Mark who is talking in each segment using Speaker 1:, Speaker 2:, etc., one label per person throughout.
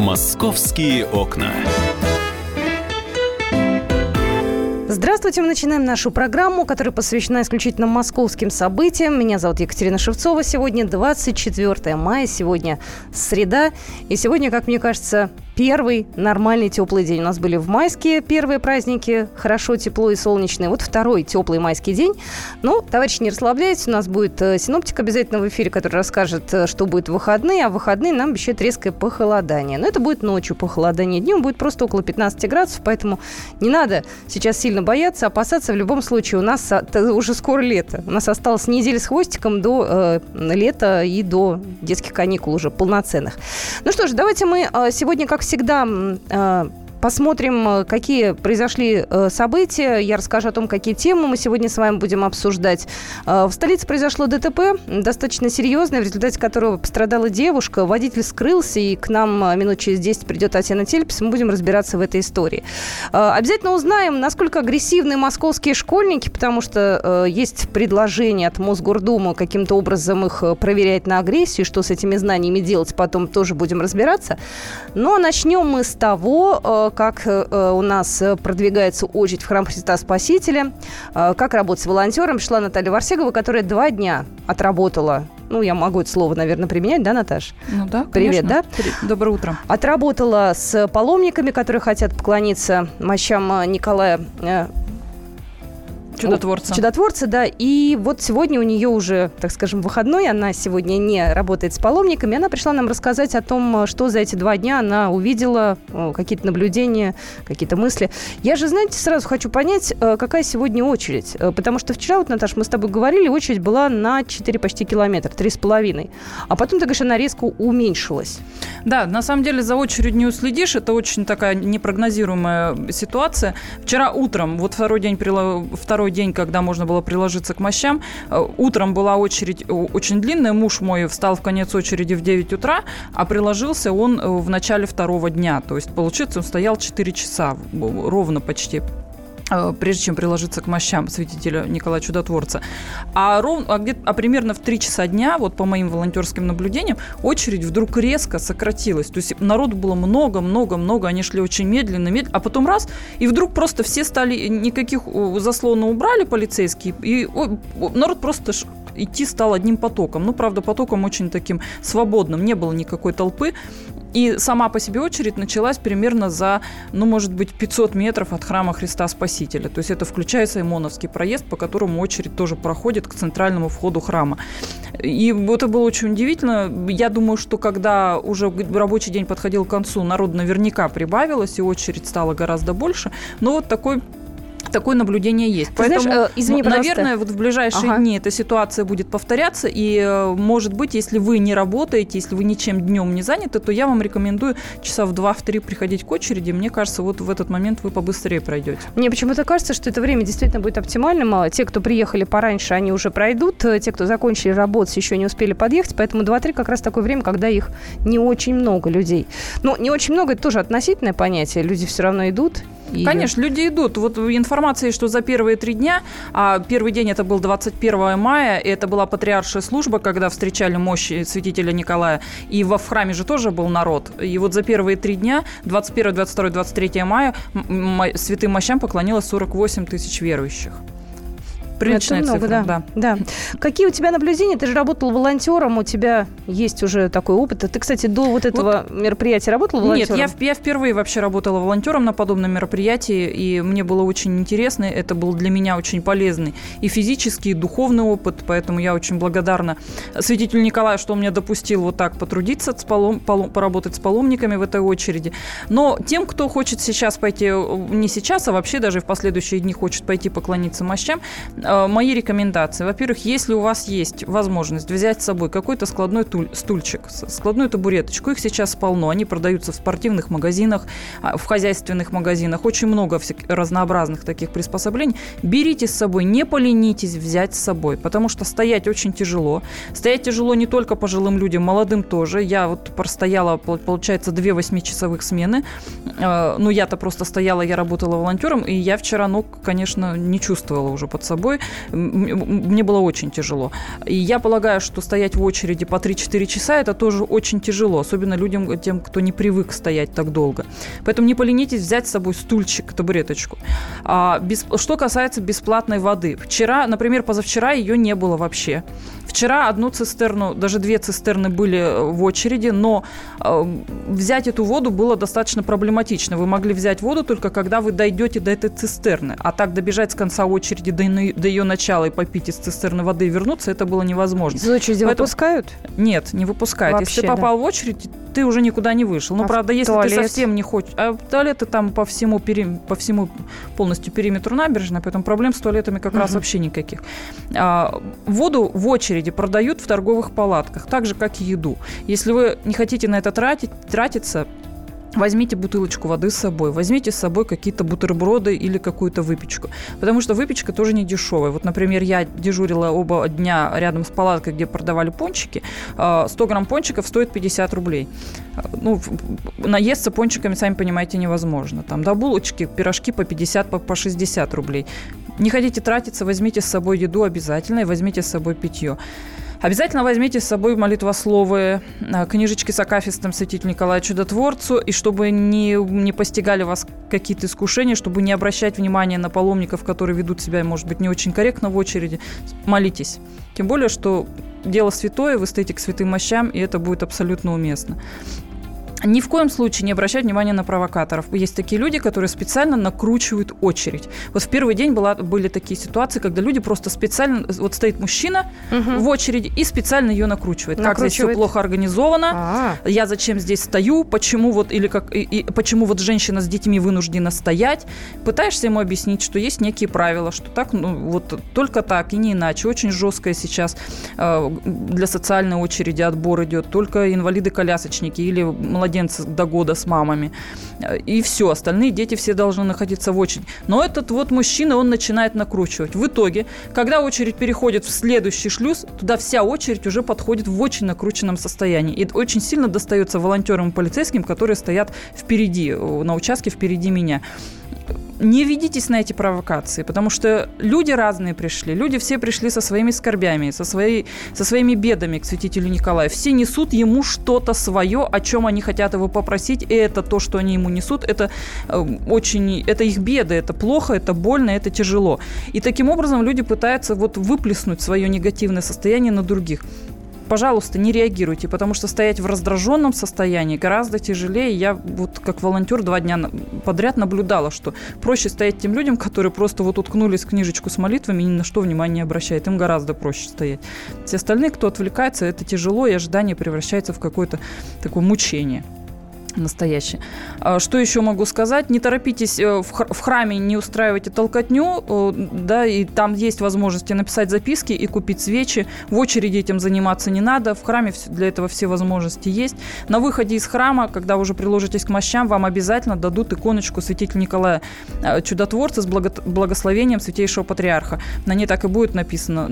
Speaker 1: «Московские окна».
Speaker 2: Здравствуйте, мы начинаем нашу программу, которая посвящена исключительно московским событиям. Меня зовут Екатерина Шевцова. Сегодня 24 мая, сегодня среда. И сегодня, как мне кажется, первый нормальный теплый день. У нас были в майские первые праздники, хорошо, тепло и солнечно. Вот второй теплый майский день. Ну, товарищи, не расслабляйтесь. У нас будет синоптик обязательно в эфире, который расскажет, что будет в выходные. А в выходные нам обещают резкое похолодание. Но это будет ночью похолодание. Днем будет просто около 15 градусов. Поэтому не надо сейчас сильно бояться, опасаться. В любом случае, у нас уже скоро лето. У нас осталась неделя с хвостиком до лета и до детских каникул уже полноценных. Ну что ж, давайте мы сегодня, как всегда, посмотрим, какие произошли события. Я расскажу о том, какие темы мы сегодня с вами будем обсуждать. В столице произошло ДТП, достаточно серьезное, в результате которого пострадала девушка. Водитель скрылся, и к нам минут через 10 придет Татьяна Тельпес. Мы будем разбираться в этой истории. Обязательно узнаем, насколько агрессивны московские школьники, потому что есть предложение от Мосгордумы каким-то образом их проверять на агрессию. Что с этими знаниями делать, потом тоже будем разбираться. Но начнем мы с того, как у нас продвигается очередь в храм Христа Спасителя, как работать с волонтером. Пришла Наталья Варсегова, которая 2 дня отработала. Ну, я могу это слово, наверное, применять, да, Наташ?
Speaker 3: Ну да,
Speaker 2: привет,
Speaker 3: конечно.
Speaker 2: Да?
Speaker 3: Доброе утро.
Speaker 2: Отработала с паломниками, которые хотят поклониться мощам Николая Чудотворца, да. И вот сегодня у нее уже, так скажем, выходной. Она сегодня не работает с паломниками. Она пришла нам рассказать о том, что за эти 2 дня она увидела, какие-то наблюдения, какие-то мысли. Я же, знаете, сразу хочу понять, какая сегодня очередь. Потому что вчера, вот, Наташа, мы с тобой говорили, очередь была на 4 почти километра, 3,5. А потом, ты говоришь, она резко уменьшилась.
Speaker 3: Да, на самом деле за очередью не уследишь. Это очень такая непрогнозируемая ситуация. Вчера утром, вот второй день, когда можно было приложиться к мощам. Утром была очередь очень длинная. Муж мой встал в конец очереди в 9 утра, а приложился он в начале 2-го дня. То есть, получается, он стоял 4 часа, ровно почти, прежде чем приложиться к мощам святителя Николая Чудотворца. А примерно в 3 часа дня, вот по моим волонтерским наблюдениям, очередь вдруг резко сократилась. То есть народу было много, они шли очень медленно, а потом раз, и вдруг просто все стали, никаких заслонов убрали полицейские, и народ просто идти стал одним потоком. Ну, правда, потоком очень таким свободным, не было никакой толпы. И сама по себе очередь началась примерно за, может быть, 500 метров от храма Христа Спасителя. То есть это включая Саймоновский проезд, по которому очередь тоже проходит к центральному входу храма. И это было очень удивительно. Я думаю, что когда уже рабочий день подходил к концу, народ наверняка прибавилось, и очередь стала гораздо больше. Но вот такое наблюдение есть.
Speaker 2: Поэтому, знаешь, извини,
Speaker 3: наверное, вот в ближайшие дни эта ситуация будет повторяться. И, может быть, если вы не работаете, если вы ничем днем не заняты, то я вам рекомендую часа в 2-3 приходить к очереди. Мне кажется, вот в этот момент вы побыстрее пройдете.
Speaker 2: Мне почему-то кажется, что это время действительно будет оптимальным. Те, кто приехали пораньше, они уже пройдут. Те, кто закончили работать, еще не успели подъехать. Поэтому 2-3 как раз такое время, когда их не очень много людей. Но не очень много, это тоже относительное понятие. Люди все равно идут.
Speaker 3: Конечно, люди идут. Вот информация, что за первые 3 дня, а первый день это был 21 мая, и это была патриаршая служба, когда встречали мощи святителя Николая, и в храме же тоже был народ. И вот за первые 3 дня, 21, 22, 23 мая, святым мощам поклонилось 48 тысяч верующих. Приличная
Speaker 2: много,
Speaker 3: цифра,
Speaker 2: да. Какие у тебя наблюдения? Ты же работал волонтером, у тебя есть уже такой опыт. Ты, кстати, до этого мероприятия работал волонтером?
Speaker 3: Нет, я впервые вообще работала волонтером на подобном мероприятии, и мне было очень интересно. Это был для меня очень полезный и физический, и духовный опыт, поэтому я очень благодарна святителю Николаю, что он меня допустил вот так потрудиться, поработать с паломниками в этой очереди. Но тем, кто хочет сейчас пойти, не сейчас, а вообще даже в последующие дни хочет пойти поклониться мощам, мои рекомендации. Во-первых, если у вас есть возможность взять с собой какой-то складной стульчик, складную табуреточку, их сейчас полно, они продаются в спортивных магазинах, в хозяйственных магазинах, очень много разнообразных таких приспособлений. Берите с собой, не поленитесь взять с собой, потому что стоять очень тяжело. Стоять тяжело не только пожилым людям, молодым тоже. Я вот простояла, получается, 2 8-часовых смены. Ну, я-то просто стояла, я работала волонтером, и я вчера ног, конечно, не чувствовала уже под собой. Мне было очень тяжело. И я полагаю, что стоять в очереди по 3-4 часа – это тоже очень тяжело, особенно людям, тем, кто не привык стоять так долго. Поэтому не поленитесь взять с собой стульчик, табуреточку. Что касается бесплатной воды. Вчера, например, позавчера ее не было вообще. Вчера одну цистерну, даже 2 цистерны были в очереди, но взять эту воду было достаточно проблематично. Вы могли взять воду только когда вы дойдете до этой цистерны. А так добежать с конца очереди до ее начала и попить из цистерны воды и вернуться, это было невозможно.
Speaker 2: Из очереди выпускают?
Speaker 3: Нет, не выпускают.
Speaker 2: Вообще,
Speaker 3: если ты попал в очередь, ты уже никуда не вышел. Ну, правда, если ты совсем не хочешь... А туалеты там по всему полностью периметру набережной, поэтому проблем с туалетами как раз вообще никаких. Воду в очереди продают в торговых палатках, так же, как и еду. Если вы не хотите на это тратиться, возьмите бутылочку воды с собой, возьмите с собой какие-то бутерброды или какую-то выпечку. Потому что выпечка тоже не дешевая. Вот, например, я дежурила оба дня рядом с палаткой, где продавали пончики. 100 грамм пончиков стоит 50 рублей. Ну, наесться пончиками, сами понимаете, невозможно. Там, да, булочки, пирожки по 50, по 60 рублей. Не хотите тратиться, возьмите с собой еду обязательно и возьмите с собой питье. Обязательно возьмите с собой молитвословы, книжечки с акафистом святителю Николаю Чудотворцу, и чтобы не постигали вас какие-то искушения, чтобы не обращать внимания на паломников, которые ведут себя, может быть, не очень корректно в очереди, молитесь. Тем более, что дело святое, вы стоите к святым мощам, и это будет абсолютно уместно. Ни в коем случае не обращать внимания на провокаторов. Есть такие люди, которые специально накручивают очередь. Вот в первый день были такие ситуации, когда люди просто специально... Вот стоит мужчина в очереди и специально ее накручивает. Как здесь все плохо организовано, я зачем здесь стою, почему вот, почему вот женщина с детьми вынуждена стоять. Пытаешься ему объяснить, что есть некие правила, что так, вот только так и не иначе. Очень жесткое сейчас для социальной очереди отбор идет. Только инвалиды-колясочники или младенцы до года с мамами. И все. Остальные дети все должны находиться в очереди. Но этот вот мужчина, он начинает накручивать. В итоге, когда очередь переходит в следующий шлюз, туда вся очередь уже подходит в очень накрученном состоянии. И очень сильно достается волонтерам и полицейским, которые стоят впереди, на участке впереди меня. Не ведитесь на эти провокации, потому что люди разные пришли. Люди все пришли со своими скорбями, со своими бедами к святителю Николаю. Все несут ему что-то свое, о чем они хотят его попросить. И это то, что они ему несут, это их беды, это плохо, это больно, это тяжело. И таким образом люди пытаются выплеснуть свое негативное состояние на других. Пожалуйста, не реагируйте, потому что стоять в раздраженном состоянии гораздо тяжелее. Я вот как волонтер 2 дня подряд наблюдала, что проще стоять тем людям, которые просто уткнулись в книжечку с молитвами и ни на что внимания не обращают. Им гораздо проще стоять. Все остальные, кто отвлекается, это тяжело, и ожидание превращается в какое-то такое мучение настоящее. Что еще могу сказать? Не торопитесь в храме, не устраивайте толкотню, да, и там есть возможности написать записки и купить свечи. В очереди этим заниматься не надо. В храме для этого все возможности есть. На выходе из храма, когда вы уже приложитесь к мощам, вам обязательно дадут иконочку святителя Николая Чудотворца с благословением святейшего патриарха. На ней так и будет написано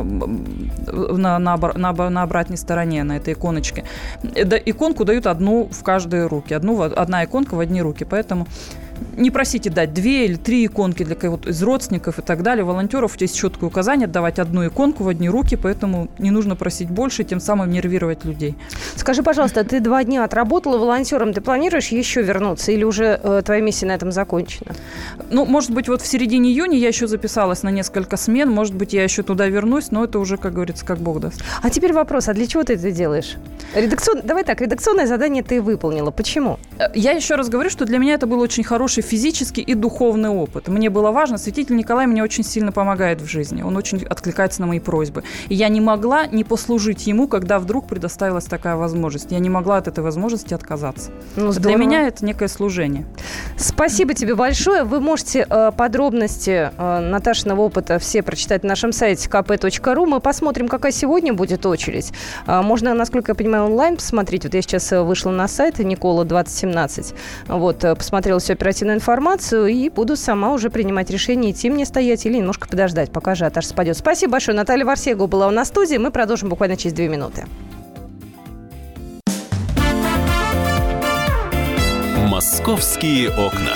Speaker 3: на обратной стороне, на этой иконочке. Иконку дают одну в каждой руки. Одна иконка в одни руки. Поэтому не просите дать 2 или 3 иконки для кого-то из родственников и так далее. Волонтеров есть четкое указание давать одну иконку в одни руки, поэтому не нужно просить больше, тем самым нервировать людей.
Speaker 2: Скажи, пожалуйста, ты 2 дня отработала волонтером, ты планируешь еще вернуться или уже твоя миссия на этом закончена?
Speaker 3: Ну, может быть, в середине июня я еще записалась на несколько смен, может быть, я еще туда вернусь, но это уже, как говорится, как Бог даст.
Speaker 2: А теперь вопрос, а для чего ты это делаешь? Редакционное задание ты выполнила. Почему?
Speaker 3: Я еще раз говорю, что для меня это был очень хороший физический и духовный опыт. Мне было важно, святитель Николай мне очень сильно помогает в жизни. Он очень откликается на мои просьбы. И я не могла не послужить ему, когда вдруг предоставилась такая возможность. Я не могла от этой возможности отказаться. Для меня это некое служение.
Speaker 2: Спасибо тебе большое. Вы можете подробности Наташиного опыта все прочитать на нашем сайте kp.ru. Мы посмотрим, какая сегодня будет очередь. Можно, насколько я понимаю, онлайн посмотреть. Вот я сейчас вышла на сайт Никола 2017. Посмотрела всю оперативную информацию и буду сама уже принимать решение, идти мне стоять или немножко подождать, пока ажиотаж спадет. Спасибо большое. Наталья Варсегова была у нас в студии. Мы продолжим буквально через 2 минуты.
Speaker 1: «Московские окна».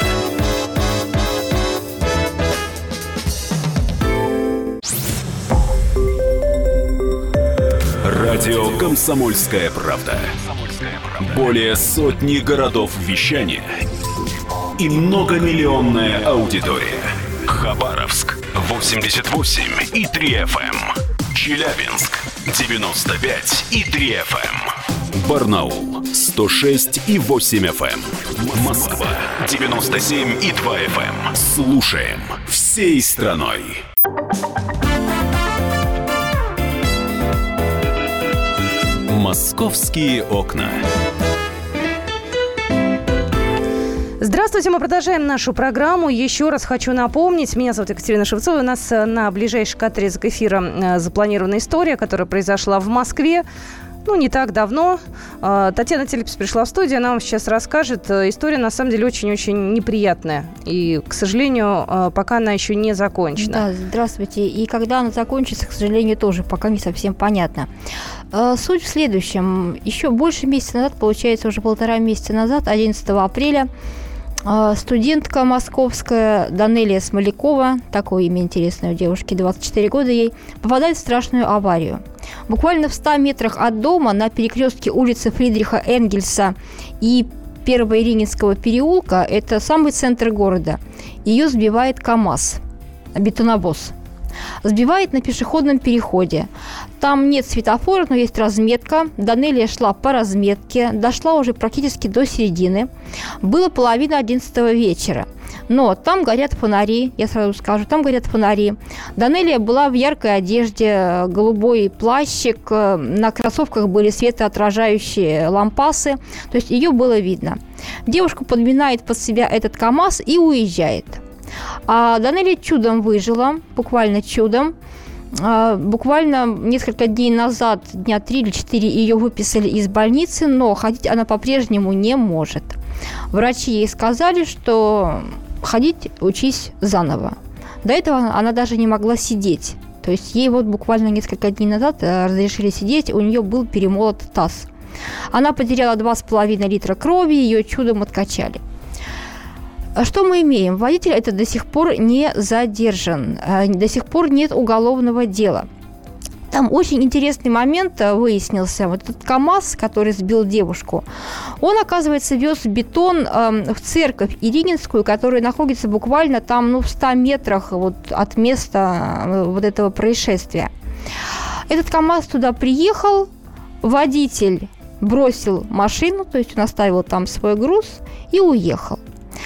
Speaker 1: Радио «Комсомольская правда». Более сотни городов вещания и многомиллионная аудитория. Хабаровск 88,3 FM. Челябинск 95,3 FM. Барнаул 106,8 FM. Москва 97,2 FM. Слушаем всей страной. «Московские окна».
Speaker 2: Здравствуйте, мы продолжаем нашу программу. Еще раз хочу напомнить, меня зовут Екатерина Шевцова. У нас на ближайший отрезок эфира запланирована история, которая произошла в Москве. Не так давно. Татьяна Телепс пришла в студию, она вам сейчас расскажет. История, на самом деле, очень-очень неприятная. И, к сожалению, пока она еще не закончена.
Speaker 4: Да, здравствуйте. И когда она закончится, к сожалению, тоже пока не совсем понятно. Суть в следующем. Еще больше месяца назад, получается, уже 1,5 месяца назад, 11 апреля, студентка московская Данелия Смолякова, такое имя интересное у девушки, 24 года ей, попадает в страшную аварию. Буквально в 100 метрах от дома на перекрестке улицы Фридриха Энгельса и 1-го Ирининского переулка, это самый центр города, ее сбивает КАМАЗ, бетоновоз. Сбивает на пешеходном переходе. Там нет светофора, но есть разметка. Данелия шла по разметке, дошла уже практически до середины. Было 10:30 вечера. Но там горят фонари, я сразу скажу, там горят фонари. Данелия была в яркой одежде, голубой плащик, на кроссовках были светоотражающие лампасы, то есть ее было видно. Девушка подминает под себя этот КАМАЗ и уезжает. А Данелия чудом выжила, буквально чудом. Буквально несколько дней назад, дня 3 или 4, ее выписали из больницы, но ходить она по-прежнему не может. Врачи ей сказали, что ходить учись заново. До этого она даже не могла сидеть. То есть ей буквально несколько дней назад разрешили сидеть, у нее был перемолот таз. Она потеряла 2,5 литра крови, ее чудом откачали. Что мы имеем? Водитель это до сих пор не задержан, до сих пор нет уголовного дела. Там очень интересный момент выяснился. Вот этот КАМАЗ, который сбил девушку, он, оказывается, вез бетон в церковь Ирининскую, которая находится буквально там, в 100 метрах от места вот этого происшествия. Этот КАМАЗ туда приехал, водитель бросил машину, то есть он оставил там свой груз и уехал.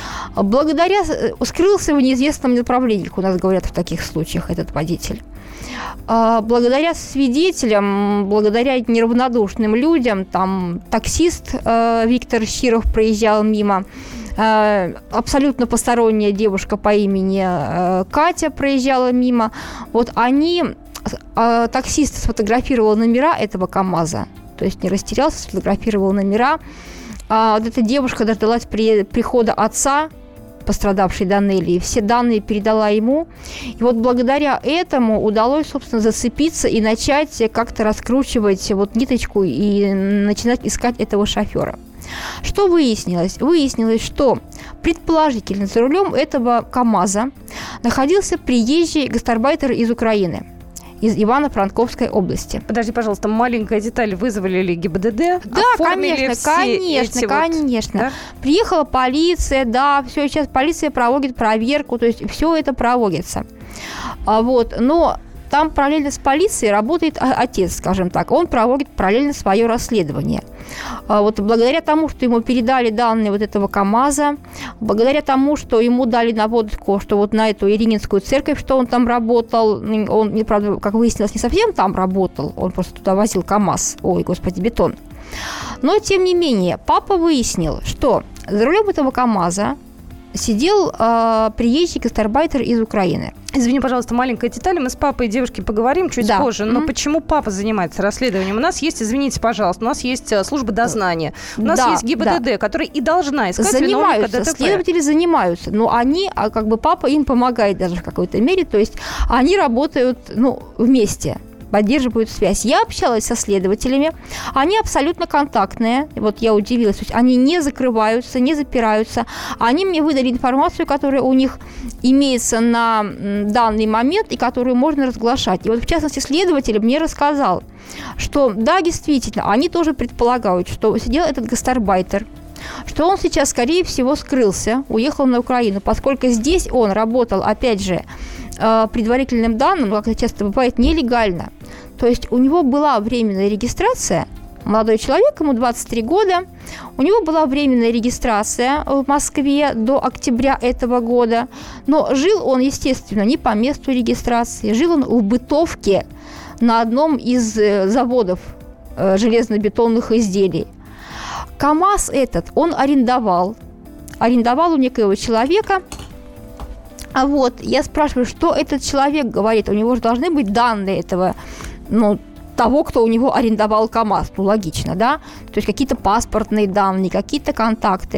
Speaker 4: Скрылся в неизвестном направлении, как у нас говорят в таких случаях, этот водитель. Благодаря свидетелям, благодаря неравнодушным людям, там таксист Виктор Щиров проезжал мимо, абсолютно посторонняя девушка по имени Катя проезжала мимо. Таксист сфотографировал номера этого КАМАЗа, то есть не растерялся, сфотографировал номера. Эта девушка дождалась прихода отца пострадавшей Данелии, все данные передала ему. И благодаря этому удалось, собственно, зацепиться и начать как-то раскручивать ниточку и начинать искать этого шофера. Что выяснилось? Выяснилось, что предположительно за рулем этого КАМАЗа находился приезжий гастарбайтер из Украины, из Ивано-Франковской области.
Speaker 2: Подожди, пожалуйста, маленькая деталь. Вызвали ли ГИБДД?
Speaker 4: Да, конечно. Да? Приехала полиция, да, все, сейчас полиция проводит проверку, то есть все это проводится. Но там параллельно с полицией работает отец, скажем так. Он проводит параллельно свое расследование. Благодаря тому, что ему передали данные этого КАМАЗа, благодаря тому, что ему дали наводку, что на эту Ирининскую церковь, что он там работал, он, правда, как выяснилось, не совсем там работал, он просто туда возил КАМАЗ, бетон. Но, тем не менее, папа выяснил, что за рулем этого КАМАЗа сидел приезжий гастарбайтер из Украины.
Speaker 2: Извини, пожалуйста, маленькая деталь. Мы с папой и девушкой поговорим чуть позже. Но почему папа занимается расследованием? У нас есть, извините, пожалуйста, у нас есть служба дознания. У нас есть ГИБДД, которая и должна искать виновника ДТП.
Speaker 4: Следователи занимаются, но они, папа им помогает даже в какой-то мере. То есть они работают вместе. поддерживают связь. Я общалась со следователями, они абсолютно контактные, вот я удивилась, то есть они не закрываются, не запираются, они мне выдали информацию, которая у них имеется на данный момент и которую можно разглашать. И вот, в частности, следователь мне рассказал, что, да, действительно, они тоже предполагают, что сидел этот гастарбайтер, что он сейчас, скорее всего, скрылся, уехал на Украину, поскольку здесь он работал, опять же, предварительным данным, как это часто бывает, нелегально. То есть у него была временная регистрация, молодой человек, ему 23 года, у него была временная регистрация в Москве до октября этого года, но жил он, естественно, не по месту регистрации, жил он в бытовке на одном из заводов железно-бетонных изделий. КАМАЗ этот он арендовал у некоего человека. А вот я спрашиваю, что этот человек говорит, у него же должны быть данные этого, того, кто у него арендовал КАМАЗ, логично, да, то есть какие-то паспортные данные, какие-то контакты.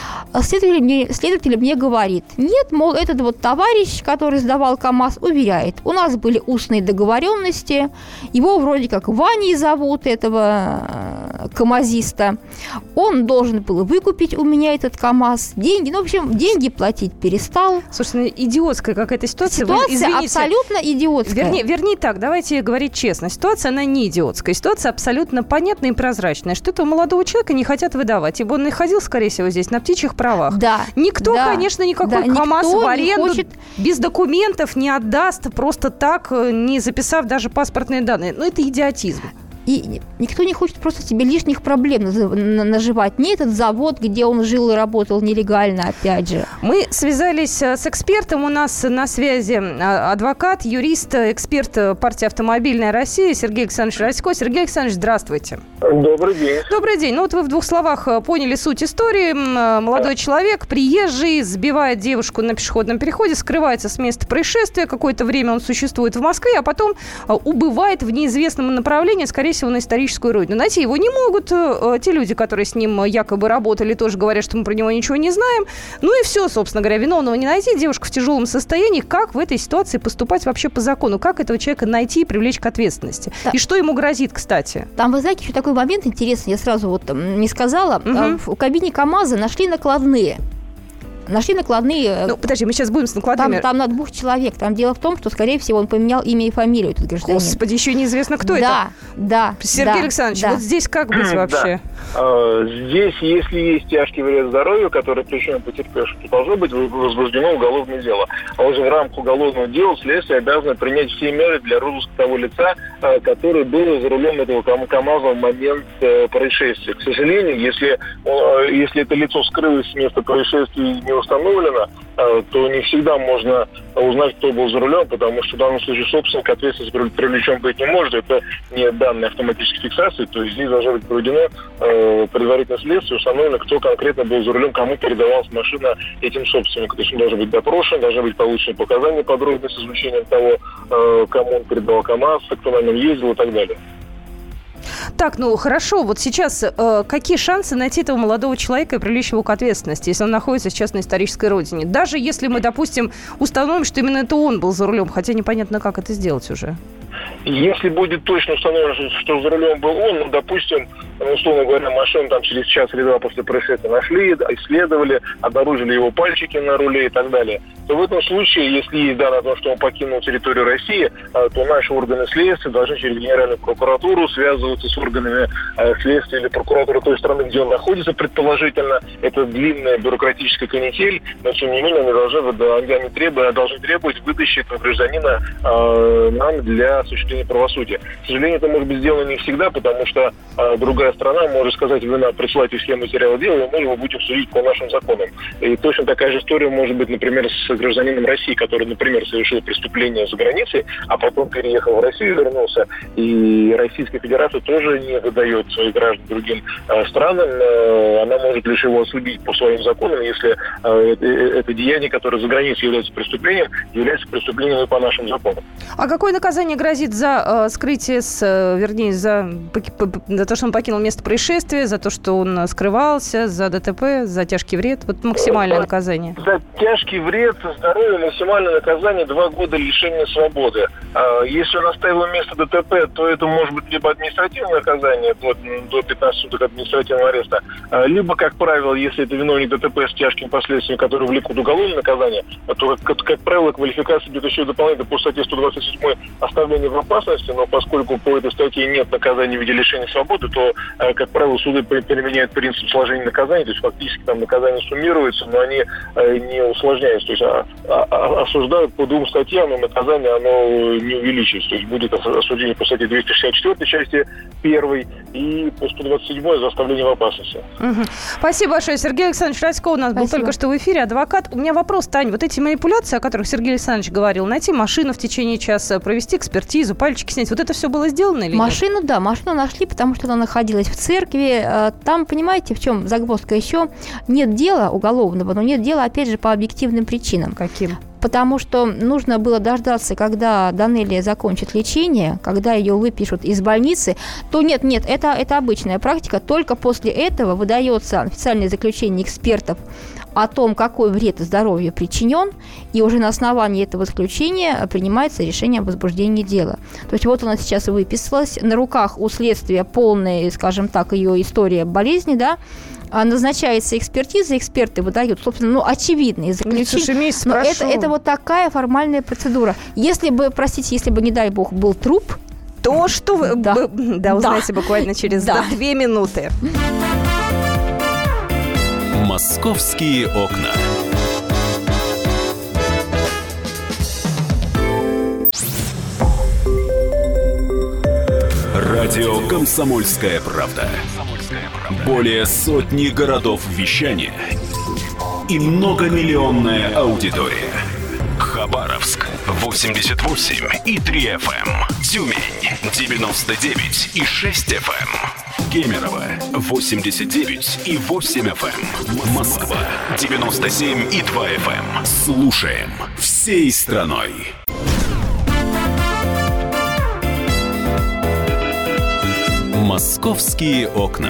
Speaker 4: Следователь мне говорит, нет, мол, этот вот товарищ, который сдавал КАМАЗ, уверяет, у нас были устные договоренности, его вроде как Ваней зовут, этого КАМАЗиста, он должен был выкупить у меня этот КАМАЗ, деньги платить перестал.
Speaker 2: Собственно, идиотская какая-то ситуация.
Speaker 4: Ситуация абсолютно идиотская.
Speaker 2: Вернее так, давайте говорить честно, ситуация, она не идиотская, ситуация абсолютно понятная и прозрачная, что этого молодого человека не хотят выдавать, ибо он и ходил, скорее всего, здесь на птичьих правах.
Speaker 4: Да.
Speaker 2: Никто, конечно, никакой КАМАЗ в аренду без документов не отдаст, просто так, не записав даже паспортные данные. Но это идиотизм.
Speaker 4: И никто не хочет просто себе лишних проблем наживать. Не этот завод, где он жил и работал нелегально, опять же.
Speaker 2: Мы связались с экспертом. У нас на связи адвокат, юрист, эксперт партии «Автомобильная Россия» Сергей Александрович Расько. Сергей Александрович, здравствуйте.
Speaker 5: Добрый день.
Speaker 2: Добрый день. Вот вы в 2 словах поняли суть истории. Молодой человек, приезжий, сбивает девушку на пешеходном переходе, скрывается с места происшествия. Какое-то время он существует в Москве, а потом убывает в неизвестном направлении, скорее всего, на историческую родину. Найти его не могут. Те люди, которые с ним якобы работали, тоже говорят, что мы про него ничего не знаем. Ну и все, собственно говоря, виновного не найти. Девушка в тяжелом состоянии. Как в этой ситуации поступать вообще по закону? Как этого человека найти и привлечь к ответственности? Да. И что ему грозит, кстати?
Speaker 4: Там, вы знаете, еще такой момент интересный, я сразу не сказала. В кабине КАМАЗа нашли накладные.
Speaker 2: Подожди, мы сейчас будем с накладными.
Speaker 4: Там на 2 человек. Там дело в том, что, скорее всего, он поменял имя и фамилию, этот гражданин.
Speaker 2: Господи, еще неизвестно, кто это.
Speaker 4: Да.
Speaker 2: Сергей Александрович, вот здесь как быть вообще?
Speaker 5: Здесь, если есть тяжкий вред здоровью, который причинен потерпевшему, то должно быть возбуждено уголовное дело. А уже в рамках уголовного дела следствие обязано принять все меры для розыска того лица, который был за рулем этого КАМАЗа в момент происшествия. К сожалению, если это лицо скрылось с места происшествия и не установлено, то не всегда можно узнать, кто был за рулем, потому что в данном случае собственник ответственность привлечен быть не может. Это не данные автоматической фиксации, то есть здесь должно быть проведено предварительное следствие, установлено, кто конкретно был за рулем, кому передавалась машина этим собственнику. То есть он должен быть допрошен, должны быть получены показания подробные с изучением того, кому он передавал КАМАЗ, кто на нем ездил и так далее.
Speaker 2: Так, хорошо, вот сейчас какие шансы найти этого молодого человека и привлечь его к ответственности, если он находится сейчас на исторической родине? Даже если мы, допустим, установим, что именно это он был за рулем, хотя непонятно, как это сделать уже.
Speaker 5: Если будет точно установлено, что за рулем был он, допустим, условно говоря, машину там через час или 2 после происшествия нашли, исследовали, обнаружили его пальчики на руле и так далее, то в этом случае, если есть данные о том, что он покинул территорию России, то наши органы следствия должны через Генеральную прокуратуру связываться с органами следствия или прокуратуры той страны, где он находится, предположительно. Это длинная бюрократическая канитель, но тем не менее они должны требовать выдачи этого гражданина нам для осуществления правосудия. К сожалению, это может быть сделано не всегда, потому что другая страна может сказать: вы нам присылайте все материалы дела, и мы его будем судить по нашим законам. И точно такая же история может быть, например, с гражданином России, который, например, совершил преступление за границей, а потом переехал в Россию и вернулся. И Российская Федерация тоже не выдает своих граждан другим странам. Она может лишь его осудить по своим законам, если это деяние, которое за границей является преступлением и по нашим законам.
Speaker 2: А какое наказание грозит за скрытие, за то, что он покинул покинул место происшествия, за то, что он скрывался, за ДТП, за тяжкий вред. Вот максимальное наказание.
Speaker 5: За тяжкий вред здоровью максимальное наказание 2 года лишения свободы. Если он оставил место ДТП, то это может быть либо административное наказание, до 15 суток административного ареста, либо, как правило, если это виновник ДТП с тяжкими последствиями, которые влекут уголовное наказание, то, как правило, квалификация идет еще дополнительно по статье 127 «Оставление в опасности», но поскольку по этой статье нет наказания в виде лишения свободы, то, как правило, суды применяют принцип сложения наказания, то есть фактически там наказания суммируются, но они не усложняются, то есть осуждают по 2 статьям, но наказание оно не увеличивается, то есть будет осуждение по статье 264 части 1 и по 127 за оставление в опасности.
Speaker 2: Спасибо большое. Сергей Александрович Радько у нас был только что в эфире, адвокат. У меня вопрос, Тань, вот эти манипуляции, о которых Сергей Александрович говорил, найти машину в течение часа, провести экспертизу, пальчики снять, вот это все было сделано или
Speaker 4: машину, нет? Да, машину нашли, потому что она находилась в церкви. Там, понимаете, в чем загвоздка? Еще нет дела уголовного, но нет дела, опять же, по объективным причинам.
Speaker 2: Каким?
Speaker 4: Потому что нужно было дождаться, когда Данелия закончит лечение, когда ее выпишут из больницы, то нет, это обычная практика. Только после этого выдается официальное заключение экспертов о том, какой вред здоровью причинен, и уже на основании этого заключения принимается решение о возбуждении дела. То есть вот она сейчас выписалась, на руках у следствия полная, скажем так, ее история болезни, да, назначается экспертиза, эксперты выдают, собственно, очевидные заключения. Но это вот такая формальная процедура. Если бы, не дай бог, был труп,
Speaker 2: то что вы узнаете буквально через 2 минуты.
Speaker 1: «Московские окна». Радио «Комсомольская правда». Более сотни городов вещания и многомиллионная аудитория. Хабаровск 88,3 FM, Тюмень 99,6 FM, Кемерово 89,8 FM, Москва 97,2 FM. Слушаем всей страной. «Московские окна».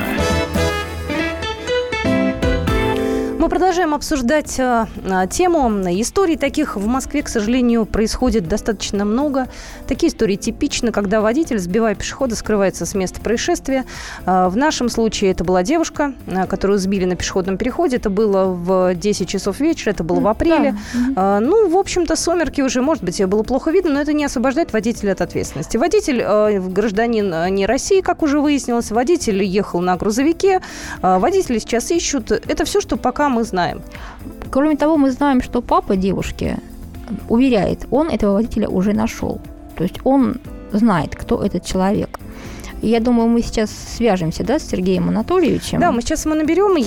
Speaker 2: Мы продолжаем обсуждать тему. Историй таких в Москве, к сожалению, происходит достаточно много. Такие истории типичны, когда водитель, сбивая пешехода, скрывается с места происшествия. В нашем случае это была девушка, которую сбили на пешеходном переходе. Это было в 10 часов вечера, это было в апреле. В общем-то, сумерки уже, может быть, было плохо видно, но это не освобождает водителя от ответственности. Водитель гражданин не России, как уже выяснилось. Водитель ехал на грузовике. Водители сейчас ищут. Это все, что пока мы знаем.
Speaker 4: Кроме того, мы знаем, что папа девушки уверяет, он этого водителя уже нашел. То есть он знает, кто этот человек. И я думаю, мы сейчас свяжемся, с Сергеем Анатольевичем.
Speaker 2: Да, мы сейчас его наберем.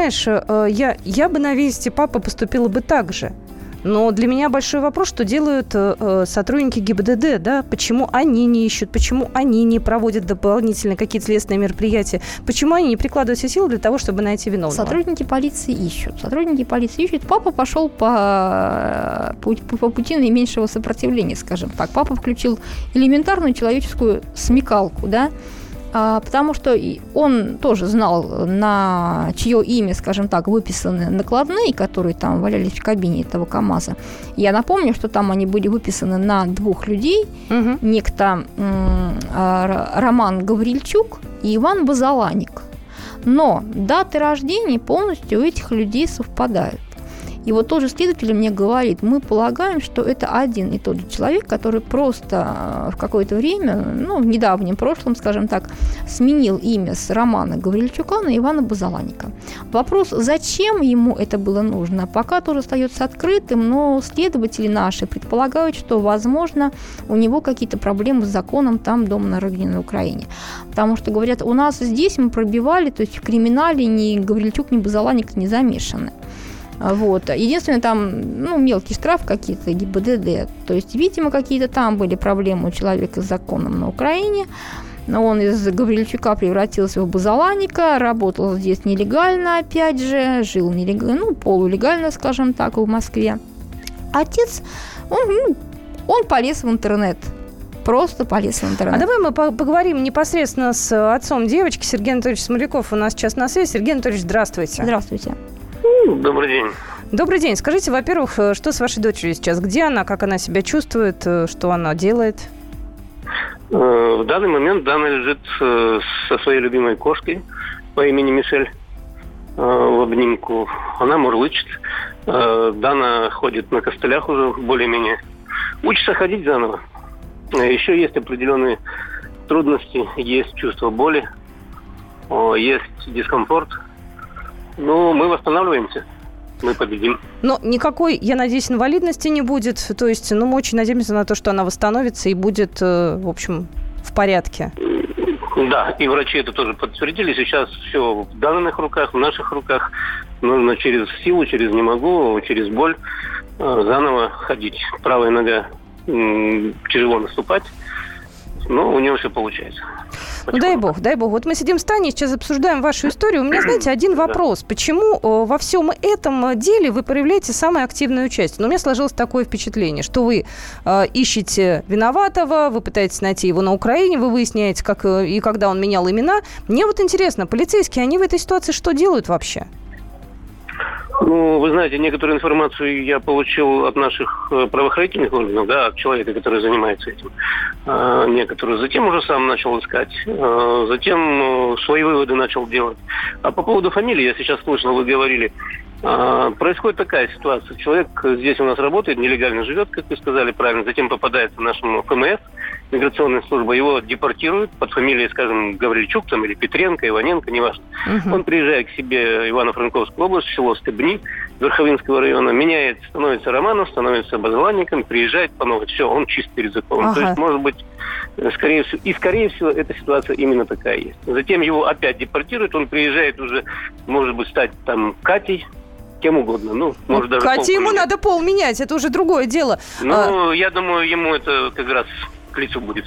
Speaker 2: Я бы на месте папы поступила бы так же. Но для меня большой вопрос, что делают сотрудники ГИБДД, да? Почему они не ищут, почему они не проводят дополнительные какие-то следственные мероприятия, почему они не прикладывают все силы для того, чтобы найти виновного?
Speaker 4: Сотрудники полиции ищут. Папа пошел по пути наименьшего сопротивления, скажем так. Папа включил элементарную человеческую смекалку, да? Потому что он тоже знал, на чье имя, скажем так, выписаны накладные, которые там валялись в кабине этого КАМАЗа. Я напомню, что там они были выписаны на 2 людей. Некто Роман Гаврильчук и Иван Базаланик. Но даты рождения полностью у этих людей совпадают. И вот тот же следователь мне говорит, мы полагаем, что это один и тот же человек, который просто в какое-то время, в недавнем прошлом, скажем так, сменил имя с Романа Гаврильчука на Ивана Базаланика. Вопрос, зачем ему это было нужно, пока тоже остается открытым, но следователи наши предполагают, что, возможно, у него какие-то проблемы с законом там дома на родине на Украине. Потому что, говорят, у нас здесь мы пробивали, то есть в криминале ни Гаврильчук, ни Базаланик не замешаны. Вот. Единственное, там, мелкий штраф какие-то, ГИБДД. То есть, видимо, какие-то там были проблемы у человека с законом на Украине. Он из Гаврильчука превратился в Базаланика, работал здесь нелегально, опять же, жил нелегально, полулегально, скажем так, в Москве. Отец, он полез в интернет. Просто полез в интернет.
Speaker 2: А давай мы поговорим непосредственно с отцом девочки. Сергей Анатольевич Смоляков у нас сейчас на связи. Сергей Анатольевич, здравствуйте.
Speaker 4: Здравствуйте.
Speaker 5: Добрый день.
Speaker 2: Добрый день. Скажите, во-первых, что с вашей дочерью сейчас? Где она, как она себя чувствует, что она делает?
Speaker 5: В данный момент Дана лежит со своей любимой кошкой по имени Мишель в обнимку. Она мурлычет. Дана ходит на костылях уже более-менее. Учится ходить заново. Еще есть определенные трудности, есть чувство боли, есть дискомфорт. Но мы восстанавливаемся. Мы победим. Но
Speaker 2: никакой, я надеюсь, инвалидности не будет. То есть, мы очень надеемся на то, что она восстановится и будет, в общем, в порядке.
Speaker 5: Да, и врачи это тоже подтвердили. Сейчас все в Даниных руках, в наших руках. Нужно через силу, через не могу, через боль заново ходить. Правая нога тяжело наступать, но у него все получается.
Speaker 2: Дай бог. Вот мы сидим в Тане, сейчас обсуждаем вашу историю. У меня, знаете, один вопрос. Почему во всем этом деле вы проявляете самое активное участие? У меня сложилось такое впечатление, что вы ищете виноватого, вы пытаетесь найти его на Украине, вы выясняете, как и когда он менял имена. Мне вот интересно, полицейские, они в этой ситуации что делают вообще?
Speaker 5: Вы знаете, некоторую информацию я получил от наших правоохранительных органов, от человека, который занимается этим. Некоторую. Затем уже сам начал искать. Затем свои выводы начал делать. А по поводу фамилии, я сейчас слышал, вы говорили, происходит такая ситуация. Человек здесь у нас работает, нелегально живет, как вы сказали правильно, затем попадает в нашему ФМС, миграционная служба, его депортируют под фамилией, скажем, Гаврильчук там, или Петренко, Иваненко, неважно. Он приезжает к себе в Ивано-Франковскую область, в село Стебни, Верховинского района, меняет, становится Романов, становится обозванником, приезжает по новой. Все, он чист перед законом. То есть, может быть, скорее всего, эта ситуация именно такая есть. Затем его опять депортируют, он приезжает уже, может быть, стать там Катей, кем угодно. Может, даже
Speaker 2: Кате ему надо пол менять, это уже другое дело.
Speaker 5: Я думаю, ему это как раз к лицу будет.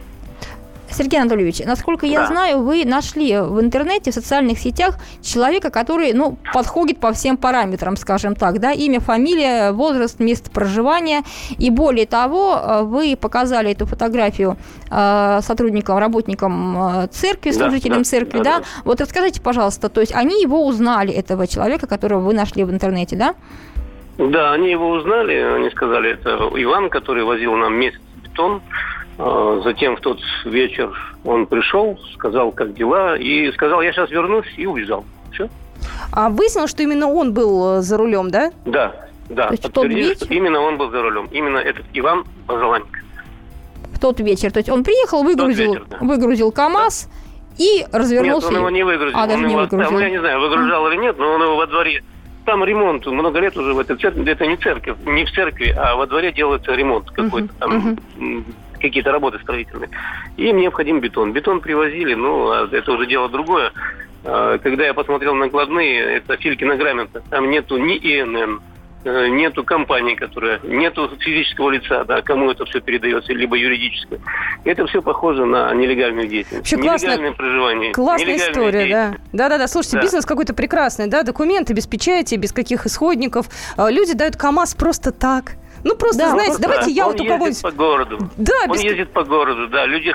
Speaker 4: Сергей Анатольевич, насколько я знаю, вы нашли в интернете, в социальных сетях человека, который, подходит по всем параметрам, скажем так, имя, фамилия, возраст, место проживания. И более того, вы показали эту фотографию сотрудникам, работникам церкви, служителям церкви, да? Вот расскажите, пожалуйста, то есть они его узнали, этого человека, которого вы нашли в интернете, да?
Speaker 5: Да, они его узнали, они сказали, это Иван, который возил нам месяц бетон. Затем в тот вечер он пришел, сказал, как дела, и сказал, я сейчас вернусь, и убежал. Все.
Speaker 2: А выяснилось, что именно он был за рулем, да?
Speaker 5: Да, подтвердили, что именно он был за рулем. Именно этот Иван Базаланник.
Speaker 4: В тот вечер. То есть он приехал, выгрузил КамАЗ и развернулся.
Speaker 5: Нет, он его не выгрузил.
Speaker 4: Выгрузил.
Speaker 5: Я не знаю, выгружал или нет, но он его во дворе. Там ремонт, много лет уже в этой церкви, это не церковь, не в церкви, а во дворе делается ремонт какой-то там. Какие-то работы строительные. И им необходим бетон. Бетон привозили, это уже дело другое. Когда я посмотрел накладные, это Филькина грамота. Там нету ни ИНН, нету компании, нету физического лица, кому это все передается, либо юридическое. Это все похоже на нелегальную деятельность.Нелегальное проживание.
Speaker 2: Классная история, да. Да. Слушайте, бизнес какой-то прекрасный, да, документы без печати, без каких исходников. Люди дают КамАЗ просто так. Знаете, давайте я вот у кого-нибудь...
Speaker 5: Он ездит по городу. Он ездит по городу, да. Люди,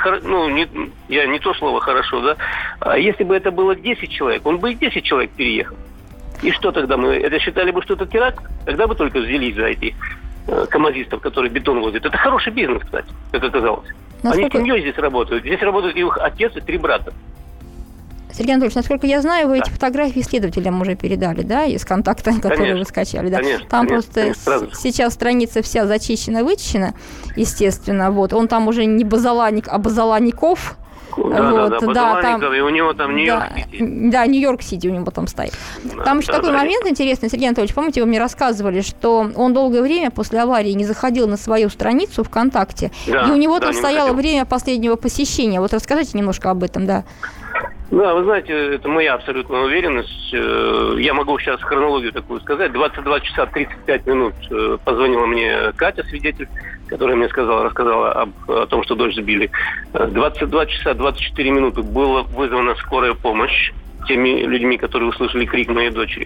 Speaker 5: я не то слово хорошо, да. А если бы это было 10 человек, он бы и 10 человек переехал. И что тогда мы? Это считали бы, что это теракт? Тогда бы только взялись за этих камазистов, которые бетон возят. Это хороший бизнес, кстати, как оказалось. Они семьей здесь работают. Здесь работают их отец и 3 брата.
Speaker 4: Сергей Анатольевич, насколько я знаю, вы эти фотографии следователям уже передали, да, из контакта, которые вы скачали, да? Там просто сейчас страница вся зачищена-вычищена, естественно, он там уже не Базаланник, а Базаланников.
Speaker 5: Базаланников, и у него там Нью-Йорк-Сити.
Speaker 4: Да, Нью-Йорк-Сити у него там стоит. Там еще такой момент интересный, Сергей Анатольевич, помните, вы мне рассказывали, что он долгое время после аварии не заходил на свою страницу ВКонтакте, и у него там стояло время последнего посещения. Вот расскажите немножко об этом, да.
Speaker 5: Да, вы знаете, это моя абсолютная уверенность. Я могу сейчас хронологию такую сказать. 22 часа 35 минут позвонила мне Катя, свидетель, которая мне рассказала о том, что дочь сбили. 22 часа 24 минуты была вызвана скорая помощь.
Speaker 6: теми людьми, которые услышали крик моей дочери.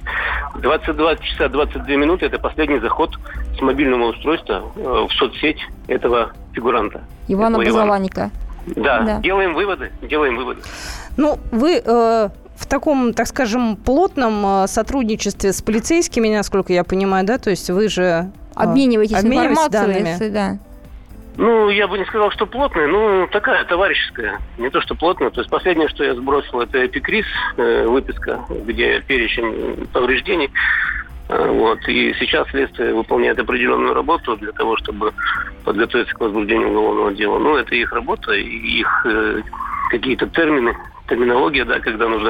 Speaker 6: 22 часа 22 минуты – это последний заход с мобильного устройства в соцсеть этого фигуранта.
Speaker 4: Ивана Базаланика.
Speaker 6: Да, делаем выводы.
Speaker 2: Ну, вы в таком, так скажем, плотном сотрудничестве с полицейскими, насколько я понимаю, да? То есть вы же
Speaker 4: обмениваетесь информацией
Speaker 2: данными.
Speaker 4: Да.
Speaker 6: Ну, я бы не сказал, что плотная, но такая товарищеская. Не то, что плотная. То есть последнее, что я сбросил, это эпикриз, выписка, где перечень повреждений. Вот. И сейчас следствие выполняет определенную работу для того, чтобы подготовиться к возбуждению уголовного дела. Ну, это их работа, их какие-то терминология, да, когда нужно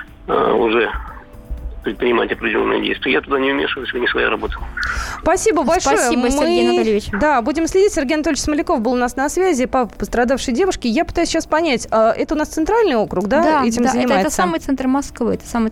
Speaker 6: уже предпринимать определенные действия. Я туда не вмешиваюсь, это не своя работа.
Speaker 2: Спасибо большое.
Speaker 4: Спасибо, Сергей Анатольевич.
Speaker 2: Да, будем следить. Сергей Анатольевич Смоляков был у нас на связи, папа пострадавшей девушки. Я пытаюсь сейчас понять, это у нас центральный округ, да, этим занимается?
Speaker 4: Это самый центр Москвы.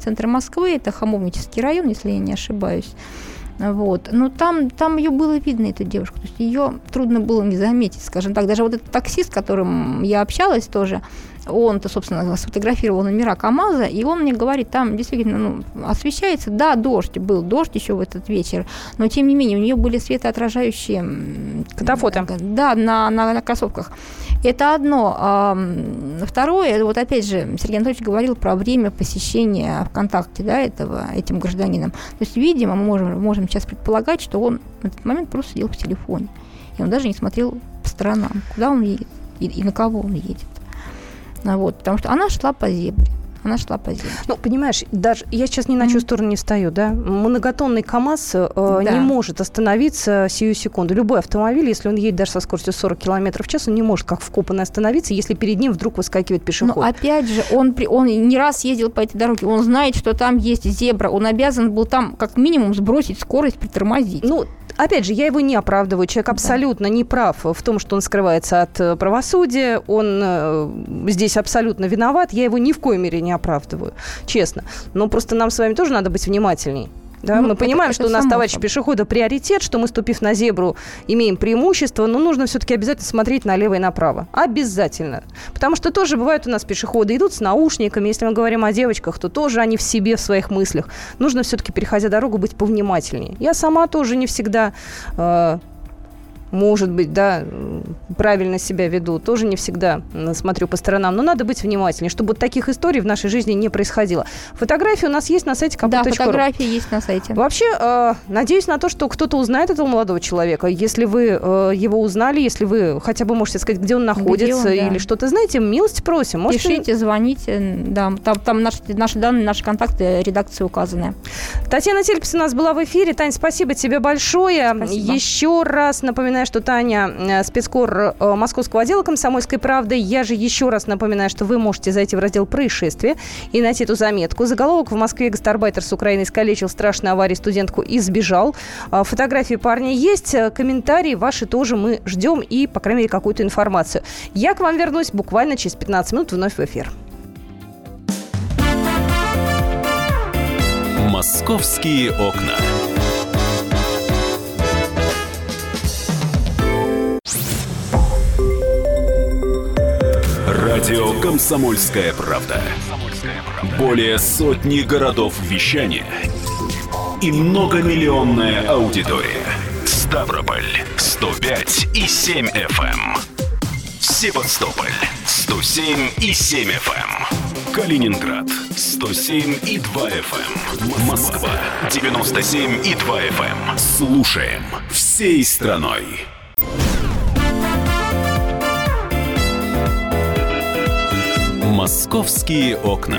Speaker 4: Это Хамовнический район, если я не ошибаюсь. Вот. Но там ее было видно, эту девушку. То есть ее трудно было не заметить, скажем так. Даже вот этот таксист, с которым я общалась тоже, он-то, собственно, сфотографировал номера КамАЗа, и он мне говорит, там действительно освещается, да, дождь еще в этот вечер, но тем не менее у нее были светоотражающие
Speaker 2: катафоты.
Speaker 4: Да, на кроссовках. Это одно. Второе, вот опять же, Сергей Анатольевич говорил про время посещения ВКонтакте, да, этим гражданином. То есть, видимо, мы можем сейчас предполагать, что он в этот момент просто сидел в телефоне. И он даже не смотрел по сторонам, куда он едет и на кого он едет. Вот, потому что она шла по зебре. Ну, понимаешь, даже я сейчас ни на чью сторону не встаю, да? Многотонный КамАЗ не может остановиться сию секунду. Любой автомобиль, если он едет даже со скоростью 40 км в час, он не может как вкопанный остановиться, если перед ним вдруг выскакивает пешеход. Но опять же, он не раз ездил по этой дороге, он знает, что там есть зебра, он обязан был там как минимум сбросить скорость, притормозить.
Speaker 2: Ну, опять же, я его не оправдываю. Человек абсолютно не прав в том, что он скрывается от правосудия. Он здесь абсолютно виноват. Я его ни в коей мере не оправдываю, честно. Но просто нам с вами тоже надо быть внимательней. Да? Мы понимаем, что у нас, товарищ пешехода, приоритет, что мы, ступив на зебру, имеем преимущество, но нужно все-таки обязательно смотреть налево и направо. Обязательно. Потому что тоже бывают у нас пешеходы, идут с наушниками. Если мы говорим о девочках, то тоже они в себе, в своих мыслях. Нужно все-таки, переходя дорогу, быть повнимательнее. Я сама тоже не всегда... может быть, да, правильно себя веду, тоже не всегда смотрю по сторонам, но надо быть внимательнее, чтобы вот таких историй в нашей жизни не происходило. Фотографии у нас есть на сайте kp.ru.
Speaker 4: Да, фотографии есть на сайте.
Speaker 2: Вообще, надеюсь на то, что кто-то узнает этого молодого человека. Если вы его узнали, если вы хотя бы можете сказать, где он находится, или что-то знаете, милости просим.
Speaker 4: Пишите, звоните, да, там наши данные, наши контакты редакции указаны.
Speaker 2: Татьяна Тельпес у нас была в эфире. Тань, спасибо тебе большое.
Speaker 4: Спасибо.
Speaker 2: Еще раз напоминаю, что Таня спецкор Московского отдела «Комсомольской правды». Я же еще раз напоминаю, что вы можете зайти в раздел «Происшествия» и найти эту заметку. Заголовок: в Москве гастарбайтер с Украины искалечил, страшной аварии студентку и сбежал. Фотографии парня есть, комментарии ваши тоже мы ждем и, по крайней мере, какую-то информацию. Я к вам вернусь буквально через 15 минут вновь в эфир.
Speaker 1: «Московские окна». Радио «Комсомольская правда». Более сотни городов вещания и многомиллионная аудитория. Ставрополь 105,7 FM. Севастополь 107,7 FM. Калининград 107,2 FM. Москва 97,2 FM. Слушаем всей страной. «Московские окна».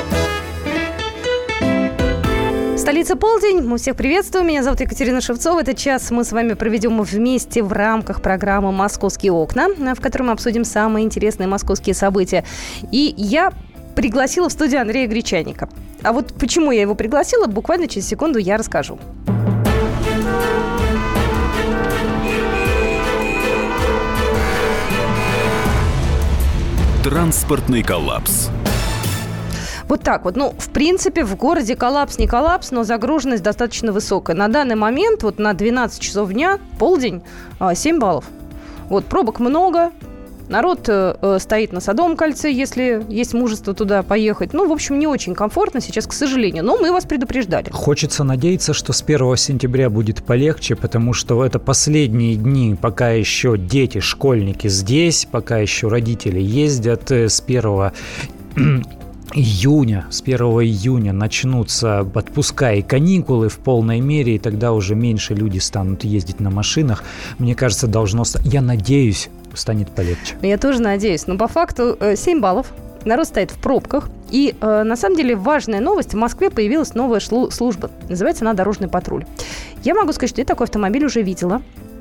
Speaker 2: Столица полдень. Мы всех приветствуем. Меня зовут Екатерина Шевцова. Этот час мы с вами проведем вместе в рамках программы «Московские окна», в которой мы обсудим самые интересные московские события. И я пригласила в студию Андрея Гречаника. А вот почему я его пригласила, буквально через секунду я расскажу.
Speaker 1: Транспортный коллапс.
Speaker 2: Вот так вот. Ну, в принципе, в городе коллапс не коллапс, но загруженность достаточно высокая. На данный момент, вот на 12 часов дня, полдень, 7 баллов. Вот, пробок много, Народ стоит на Садовом кольце, если есть мужество туда поехать. Ну, в общем, не очень комфортно сейчас, к сожалению. Но мы вас предупреждали.
Speaker 7: Хочется надеяться, что с 1 сентября будет полегче, потому что это последние дни, пока еще дети, школьники здесь, пока еще родители ездят. С 1 июня начнутся отпуска и каникулы в полной мере, и тогда уже меньше люди станут ездить на машинах. Мне кажется, я надеюсь, станет полегче.
Speaker 2: Я тоже надеюсь. Но по факту 7 баллов. Народ стоит в пробках. И на самом деле важная новость. В Москве появилась новая служба. Называется она «Дорожный патруль». Я могу сказать, что я такой автомобиль уже видела.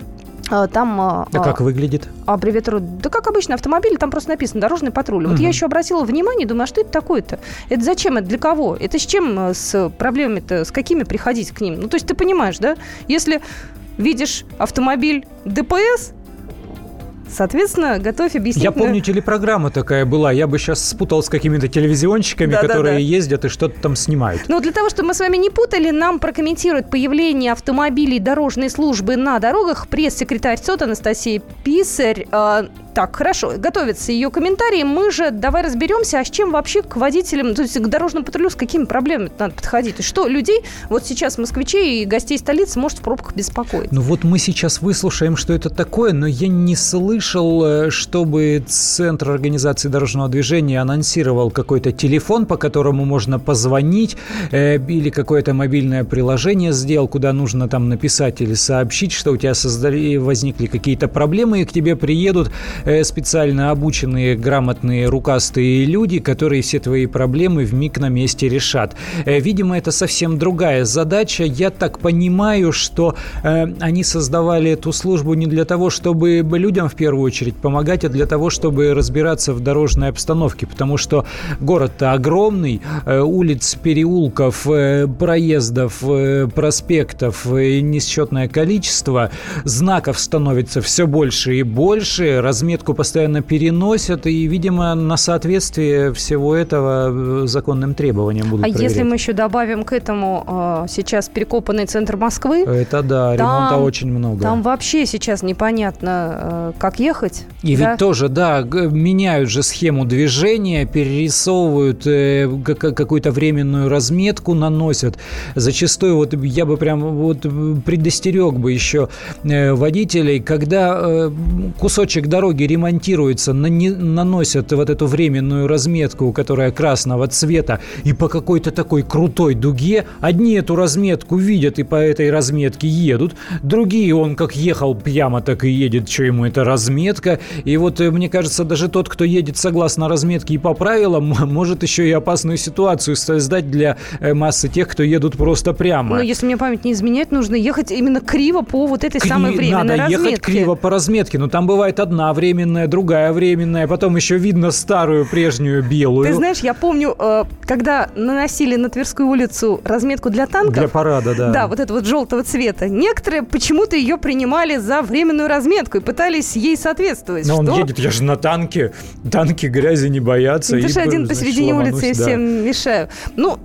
Speaker 2: Там,
Speaker 7: как выглядит?
Speaker 2: Аббревиатура. Да как обычно автомобиль, там просто написано «Дорожный патруль». Вот я еще обратила внимание, думаю, а что это такое-то? Это зачем? Это для кого? Это с чем, с проблемами-то, с какими приходить к ним? Ну, то есть ты понимаешь, да? Если видишь автомобиль ДПС, соответственно, готовь объяснить.
Speaker 7: Я помню, телепрограмма такая была. Я бы сейчас спутал с какими-то телевизионщиками, которые ездят и что-то там снимают.
Speaker 2: Ну, для того, чтобы мы с вами не путали, нам прокомментирует появление автомобилей дорожной службы на дорогах пресс-секретарь СОТ Анастасия Писарь. Так, хорошо, готовятся ее комментарии. Мы же давай разберемся, а с чем вообще к водителям, то есть к дорожному патрулю, с какими проблемами надо подходить. И что людей, вот сейчас москвичей и гостей столицы, может в пробках беспокоить.
Speaker 7: Ну вот мы сейчас выслушаем, что это такое, но я не слышал, чтобы Центр организации дорожного движения анонсировал какой-то телефон, по которому можно позвонить, или какое-то мобильное приложение сделал, куда нужно там написать или сообщить, что у тебя возникли какие-то проблемы, и к тебе приедут специально обученные, грамотные, рукастые люди, которые все твои проблемы вмиг на месте решат. Видимо, это совсем другая задача. Я так понимаю, что они создавали эту службу не для того, чтобы людям в первую очередь помогать, а для того, чтобы разбираться в дорожной обстановке, потому что город-то огромный, улиц, переулков, проездов, проспектов несчетное количество, знаков становится все больше и больше, разметку постоянно переносят, и, видимо, на соответствие всего этого законным требованиям будут проверять.
Speaker 2: Если мы еще добавим к этому сейчас перекопанный центр Москвы...
Speaker 7: Это да, ремонта очень много.
Speaker 2: Там вообще сейчас непонятно, как ехать.
Speaker 7: И ведь тоже, меняют же схему движения, перерисовывают какую-то временную разметку, наносят. Зачастую вот я бы прям предостерег бы еще водителей, когда кусочек дороги ремонтируется, наносят вот эту временную разметку, которая красного цвета, и по какой-то такой крутой дуге одни эту разметку видят и по этой разметке едут, другие он как ехал прямо, так и едет, что ему эта разметка. И вот мне кажется, даже тот, кто едет согласно разметке и по правилам, может еще и опасную ситуацию создать для массы тех, кто едут просто прямо.
Speaker 2: Но если мне память не изменяет, нужно ехать именно криво по вот этой самой временной разметке.
Speaker 7: Надо ехать криво по разметке, но там бывает одна временная, другая временная, потом еще видно старую, прежнюю, белую.
Speaker 2: Ты знаешь, я помню, когда наносили на Тверскую улицу разметку для танков.
Speaker 7: Для парада, да.
Speaker 2: Да, вот это вот желтого цвета. Некоторые почему-то ее принимали за временную разметку и пытались ей соответствовать.
Speaker 7: Но он едет, я же на танке. Танки грязи не боятся.
Speaker 2: Ты же один посередине улицы, я всем мешаю. Ну,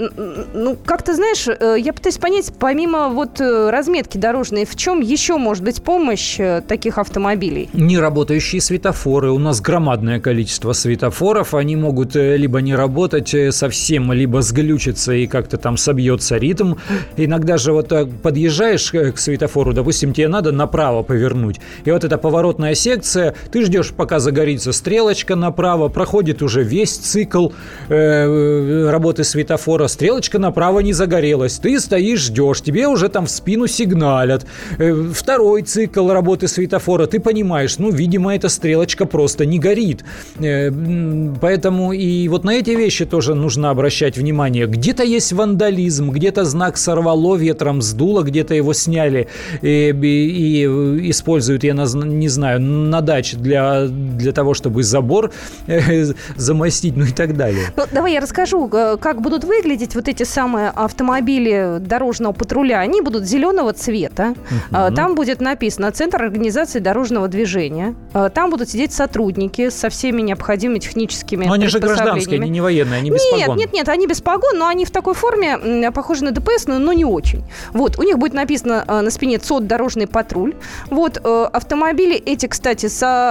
Speaker 2: как ты знаешь, я пытаюсь понять, помимо вот разметки дорожной, в чем еще может быть помощь таких автомобилей?
Speaker 7: Неработающие светофоры. У нас громадное количество светофоров. Они могут либо не работать совсем, либо сглючиться и как-то там собьется ритм. Иногда же вот так подъезжаешь к светофору, допустим, тебе надо направо повернуть. И вот эта поворотная секция, ты ждешь, пока загорится стрелочка направо, проходит уже весь цикл работы светофора, стрелочка направо не загорелась. Ты стоишь, ждешь, тебе уже там в спину сигналят. Второй цикл работы светофора, ты понимаешь, видимо, эта стрелочка просто не горит. Поэтому и вот на эти вещи тоже нужно обращать внимание. Где-то есть вандализм, где-то знак сорвало, ветром сдуло, где-то его сняли и используют, я не знаю, на даче для того, чтобы забор замостить, и так далее.
Speaker 2: Давай я расскажу, как будут выглядеть вот эти самые автомобили дорожного патруля. Они будут зеленого цвета. Там будет написано «Центр организации дорожного движения». Там там будут сидеть сотрудники со всеми необходимыми техническими
Speaker 7: приспособлениями. Но они же гражданские, они не военные, они без погон.
Speaker 2: Нет, они без погон, но они в такой форме, похожи на ДПСную, но не очень. Вот, у них будет написано на спине ЦОД «Дорожный патруль». Вот, автомобили эти, кстати,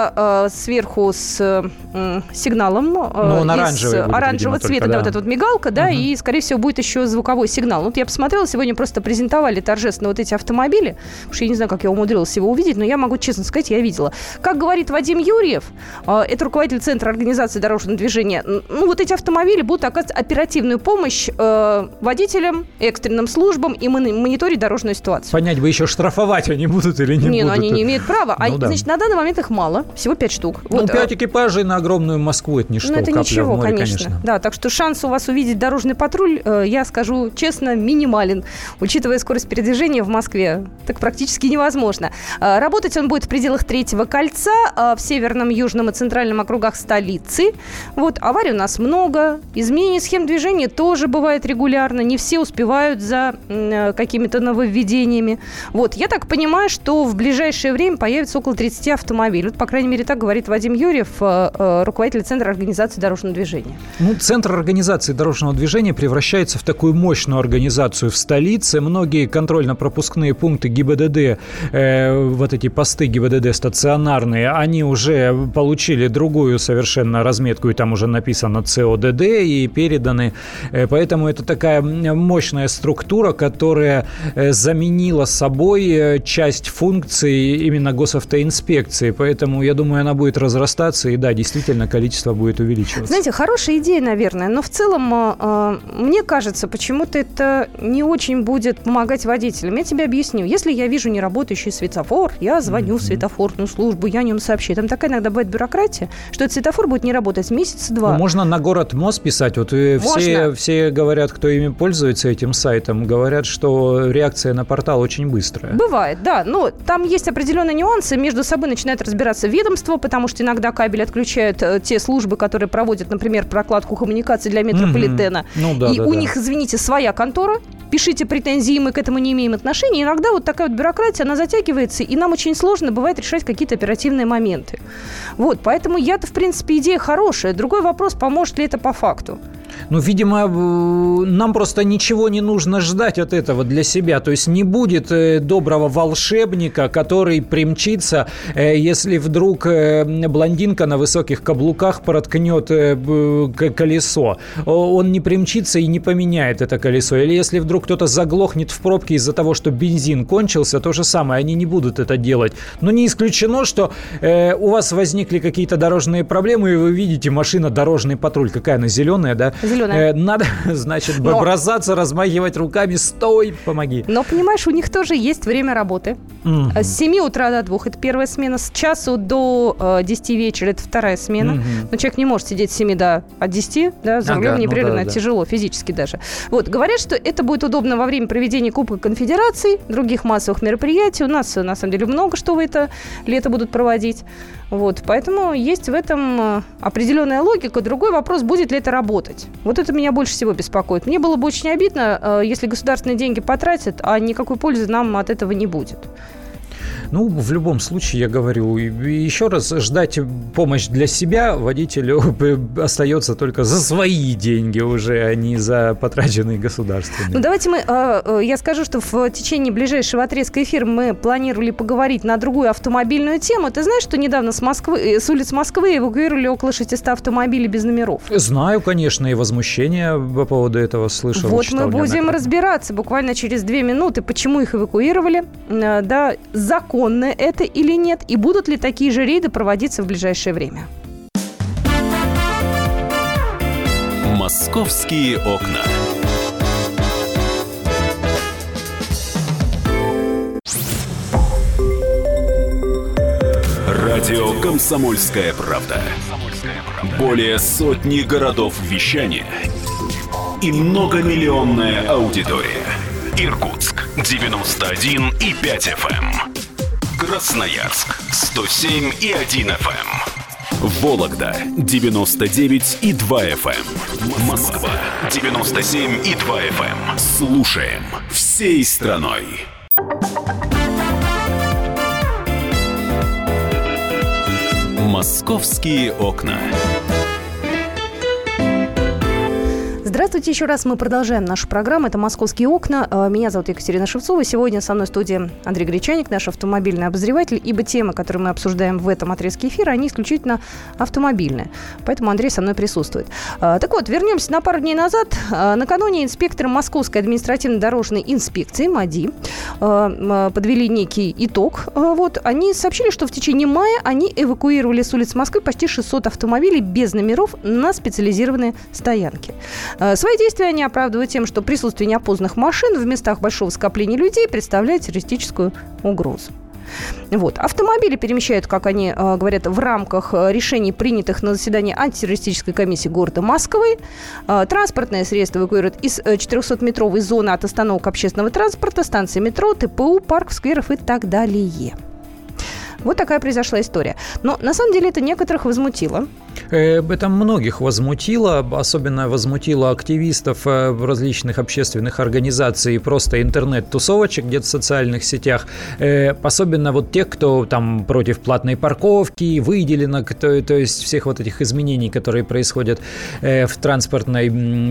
Speaker 2: сверху с сигналом.
Speaker 7: Ну, он оранжевый будет,
Speaker 2: оранжевого цвета,
Speaker 7: только, да.
Speaker 2: Вот эта вот мигалка, да, и, скорее всего, будет еще звуковой сигнал. Вот я посмотрела, сегодня просто презентовали торжественно вот эти автомобили, потому что я не знаю, как я умудрилась его увидеть, но я могу честно сказать, я видела. Как говорит Вадим Юрьев, это руководитель Центра организации дорожного движения, ну, вот эти автомобили будут оказывать оперативную помощь водителям, экстренным службам и мониторить дорожную ситуацию.
Speaker 7: Понять бы еще, штрафовать они будут или не будут.
Speaker 2: Ну они не имеют права.
Speaker 7: Да.
Speaker 2: Значит, на данный момент их мало, всего 5 штук.
Speaker 7: Ну, вот, 5 экипажей на огромную Москву, это ничто,
Speaker 2: это
Speaker 7: капля
Speaker 2: ничего,
Speaker 7: в море,
Speaker 2: конечно. Да, так что шанс у вас увидеть дорожный патруль, я скажу честно, минимален. Учитывая скорость передвижения в Москве, так практически невозможно. Работать он будет в пределах Третьего кольца, в северном, южном и центральном округах столицы. Вот, аварий у нас много. Изменение схем движения тоже бывает регулярно. Не все успевают за какими-то нововведениями. Вот, я так понимаю, что в ближайшее время появится около 30 автомобилей. Вот, по крайней мере, так говорит Вадим Юрьев, руководитель Центра организации дорожного движения. Ну,
Speaker 7: Центр организации дорожного движения превращается в такую мощную организацию в столице. Многие контрольно-пропускные пункты ГИБДД, вот эти посты ГИБДД стационарные, они уже получили другую совершенно разметку, и там уже написано ЦОДД, и переданы. Поэтому это такая мощная структура, которая заменила собой часть функций именно госавтоинспекции. Поэтому, я думаю, она будет разрастаться, и да, действительно, количество будет увеличиваться.
Speaker 2: Знаете, хорошая идея, наверное, но в целом, мне кажется, почему-то это не очень будет помогать водителям. Я тебе объясню. Если я вижу неработающий светофор, я звоню в светофорную службу, я о нем сообщаю. Там такая иногда бывает бюрократия, что этот светофор будет не работать месяца-два.
Speaker 7: Ну, можно на город МОЗ писать. Вот все говорят, кто ими пользуется, этим сайтом, говорят, что реакция на портал очень быстрая.
Speaker 2: Бывает, да. Но там есть определенные нюансы. Между собой начинает разбираться ведомство, потому что иногда кабель отключают те службы, которые проводят, например, прокладку коммуникаций для метрополитена. У них, извините, своя контора. Пишите претензии, мы к этому не имеем отношения. Иногда вот такая вот бюрократия, она затягивается, и нам очень сложно бывает решать какие-то оперативные моменты. Вот, поэтому я-то, в принципе, идея хорошая. Другой вопрос, поможет ли это по факту.
Speaker 7: Ну, видимо, нам просто ничего не нужно ждать от этого для себя. То есть не будет доброго волшебника, который примчится, если вдруг блондинка на высоких каблуках проткнет колесо. Он не примчится и не поменяет это колесо. Или если вдруг кто-то заглохнет в пробке из-за того, что бензин кончился, то же самое. Они не будут это делать. Но не исключено, что у вас возникли какие-то дорожные проблемы, и вы видите машина «Дорожный патруль». Какая она, зеленая, да?
Speaker 2: Зеленая.
Speaker 7: Надо, значит, бросаться, размахивать руками. Стой, помоги.
Speaker 2: Но, понимаешь, у них тоже есть время работы. С 7 утра до 2 – это первая смена. С часу до 10 вечера – это вторая смена. Но человек не может сидеть с 7 до 10, да, за рулем непрерывно, тяжело, физически даже. Вот, говорят, что это будет удобно во время проведения Кубка Конфедерации, других массовых мероприятий. У нас, на самом деле, много что в это лето будут проводить. Вот, поэтому есть в этом определенная логика. Другой вопрос, будет ли это работать. Вот это меня больше всего беспокоит. Мне было бы очень обидно, если государственные деньги потратят, а никакой пользы нам от этого не будет.
Speaker 7: Ну, в любом случае, я говорю, еще раз, ждать помощь для себя водителю остается только за свои деньги уже, а не за потраченные государственные.
Speaker 2: Ну, давайте я скажу, что в течение ближайшего отрезка эфира мы планировали поговорить на другую автомобильную тему. Ты знаешь, что недавно с улиц Москвы эвакуировали около 600 автомобилей без номеров? Знаю,
Speaker 7: конечно, и возмущение по поводу этого слышал.
Speaker 2: Вот мы будем разбираться буквально через 2 минуты, почему их эвакуировали, да, законно это или нет, и будут ли такие же рейды проводиться в ближайшее время.
Speaker 1: Московские окна. Радио «Комсомольская правда». Более сотни городов вещания и многомиллионная аудитория. Иркутск 91,5 FM. Красноярск 107,1 FM. Вологда 99,2 FM. Москва 97,2 FM. Слушаем всей страной. «Московские окна».
Speaker 2: Здравствуйте еще раз. Мы продолжаем нашу программу. Это «Московские окна». Меня зовут Екатерина Шевцова. Сегодня со мной в студии Андрей Гречаник, наш автомобильный обозреватель. Ибо темы, которые мы обсуждаем в этом отрезке эфира, они исключительно автомобильные. Поэтому Андрей со мной присутствует. Так вот, вернемся на пару дней назад. Накануне инспекторы Московской административно-дорожной инспекции МАДИ подвели некий итог. Они сообщили, что в течение мая они эвакуировали с улиц Москвы почти 600 автомобилей без номеров на специализированные стоянки. Свои действия они оправдывают тем, что присутствие неопознанных машин в местах большого скопления людей представляет террористическую угрозу. Автомобили перемещают, как они говорят, в рамках решений, принятых на заседании антитеррористической комиссии города Москвы. Транспортное средство эвакуируют из 400-метровой зоны от остановок общественного транспорта, станции метро, ТПУ, парков, скверов и так далее. Вот такая произошла история. Но на самом деле это некоторых возмутило.
Speaker 7: Это многих возмутило, особенно возмутило активистов различных общественных организаций и просто интернет-тусовочек где-то в социальных сетях. Особенно тех, кто там против платной парковки, выделенок, то есть всех этих изменений, которые происходят в транспортной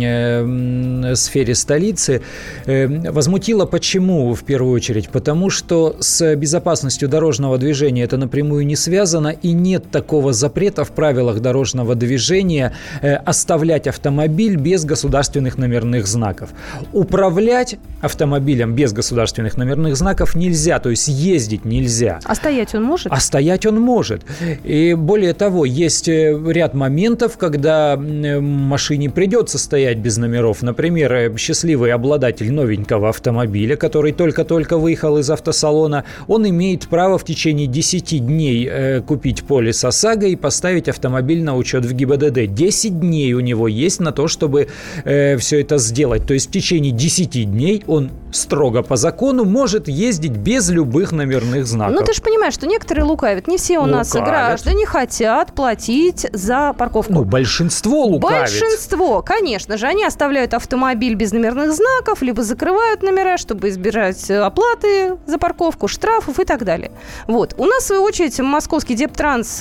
Speaker 7: сфере столицы. Возмутило почему, в первую очередь? Потому что с безопасностью дорожного движения это напрямую не связано, и нет такого запрета в правилах дорожного движения оставлять автомобиль без государственных номерных знаков. Управлять автомобилем без государственных номерных знаков нельзя, то есть ездить нельзя.
Speaker 2: А стоять он может?
Speaker 7: А стоять он может. И более того, есть ряд моментов, когда машине придется стоять без номеров. Например, счастливый обладатель новенького автомобиля, который только-только выехал из автосалона, он имеет право в течение 10 дней купить полис ОСАГО и поставить автомобиль на учет в ГИБДД. 10 дней у него есть на то, чтобы все это сделать. То есть в течение 10 дней он строго по закону может ездить без любых номерных знаков.
Speaker 2: Ну, ты же понимаешь, что некоторые лукавят. Не все у нас граждане хотят платить за парковку.
Speaker 7: Большинство лукавит.
Speaker 2: Большинство, конечно же. Они оставляют автомобиль без номерных знаков, либо закрывают номера, чтобы избежать оплаты за парковку, штрафов и так далее. У нас, в свою очередь, московский Дептранс,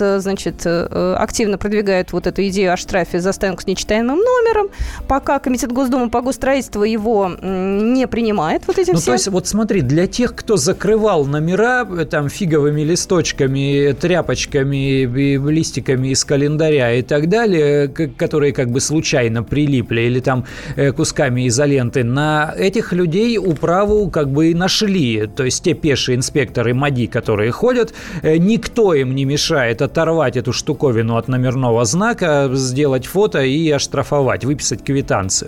Speaker 2: активно продвигает эту идею о штрафе за стоянку с нечитаемым номером, пока Комитет Госдумы по госстроительству его не принимает. То
Speaker 7: есть, смотри, для тех, кто закрывал номера там фиговыми листочками, тряпочками, листиками из календаря и так далее, которые как бы случайно прилипли, или там кусками изоленты, на этих людей управу как бы и нашли. То есть те пешие инспекторы МАДИ, которые ходят, никто им не мешает оторвать эту штуковину от номерного знака, сделать фото и оштрафовать, выписать квитанцию.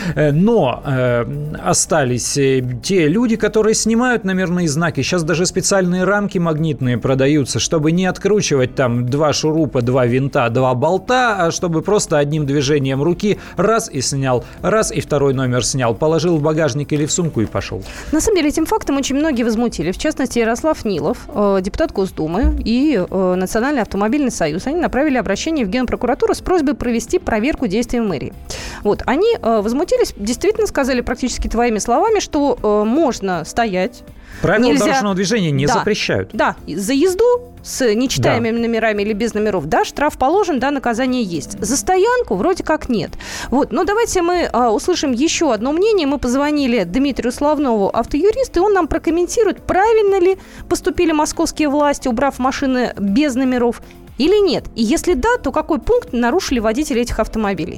Speaker 7: Но остались те люди, которые снимают номерные знаки. Сейчас даже специальные рамки магнитные продаются, чтобы не откручивать там 2 шурупа, 2 винта, 2 болта, а чтобы просто одним движением руки раз и снял, раз и второй номер снял, положил в багажник или в сумку и пошел.
Speaker 2: На самом деле этим фактом очень многие возмутили. В частности, Ярослав Нилов, депутат Госдумы, и Национальный автомобильный союз. Они направили обращение в Генпрокуратуру с просьбой провести проверку действий мэрии. Они возмутились, действительно сказали практически твоими словами, что можно стоять.
Speaker 7: Правила дорожного движения не запрещают.
Speaker 2: Да, за езду с нечитаемыми номерами или без номеров, штраф положен, наказание есть. За стоянку вроде как нет. Но давайте мы услышим еще одно мнение. Мы позвонили Дмитрию Славнову, автоюристу, и он нам прокомментирует, правильно ли поступили московские власти, убрав машины без номеров, или нет. И если да, то какой пункт нарушили водители этих автомобилей?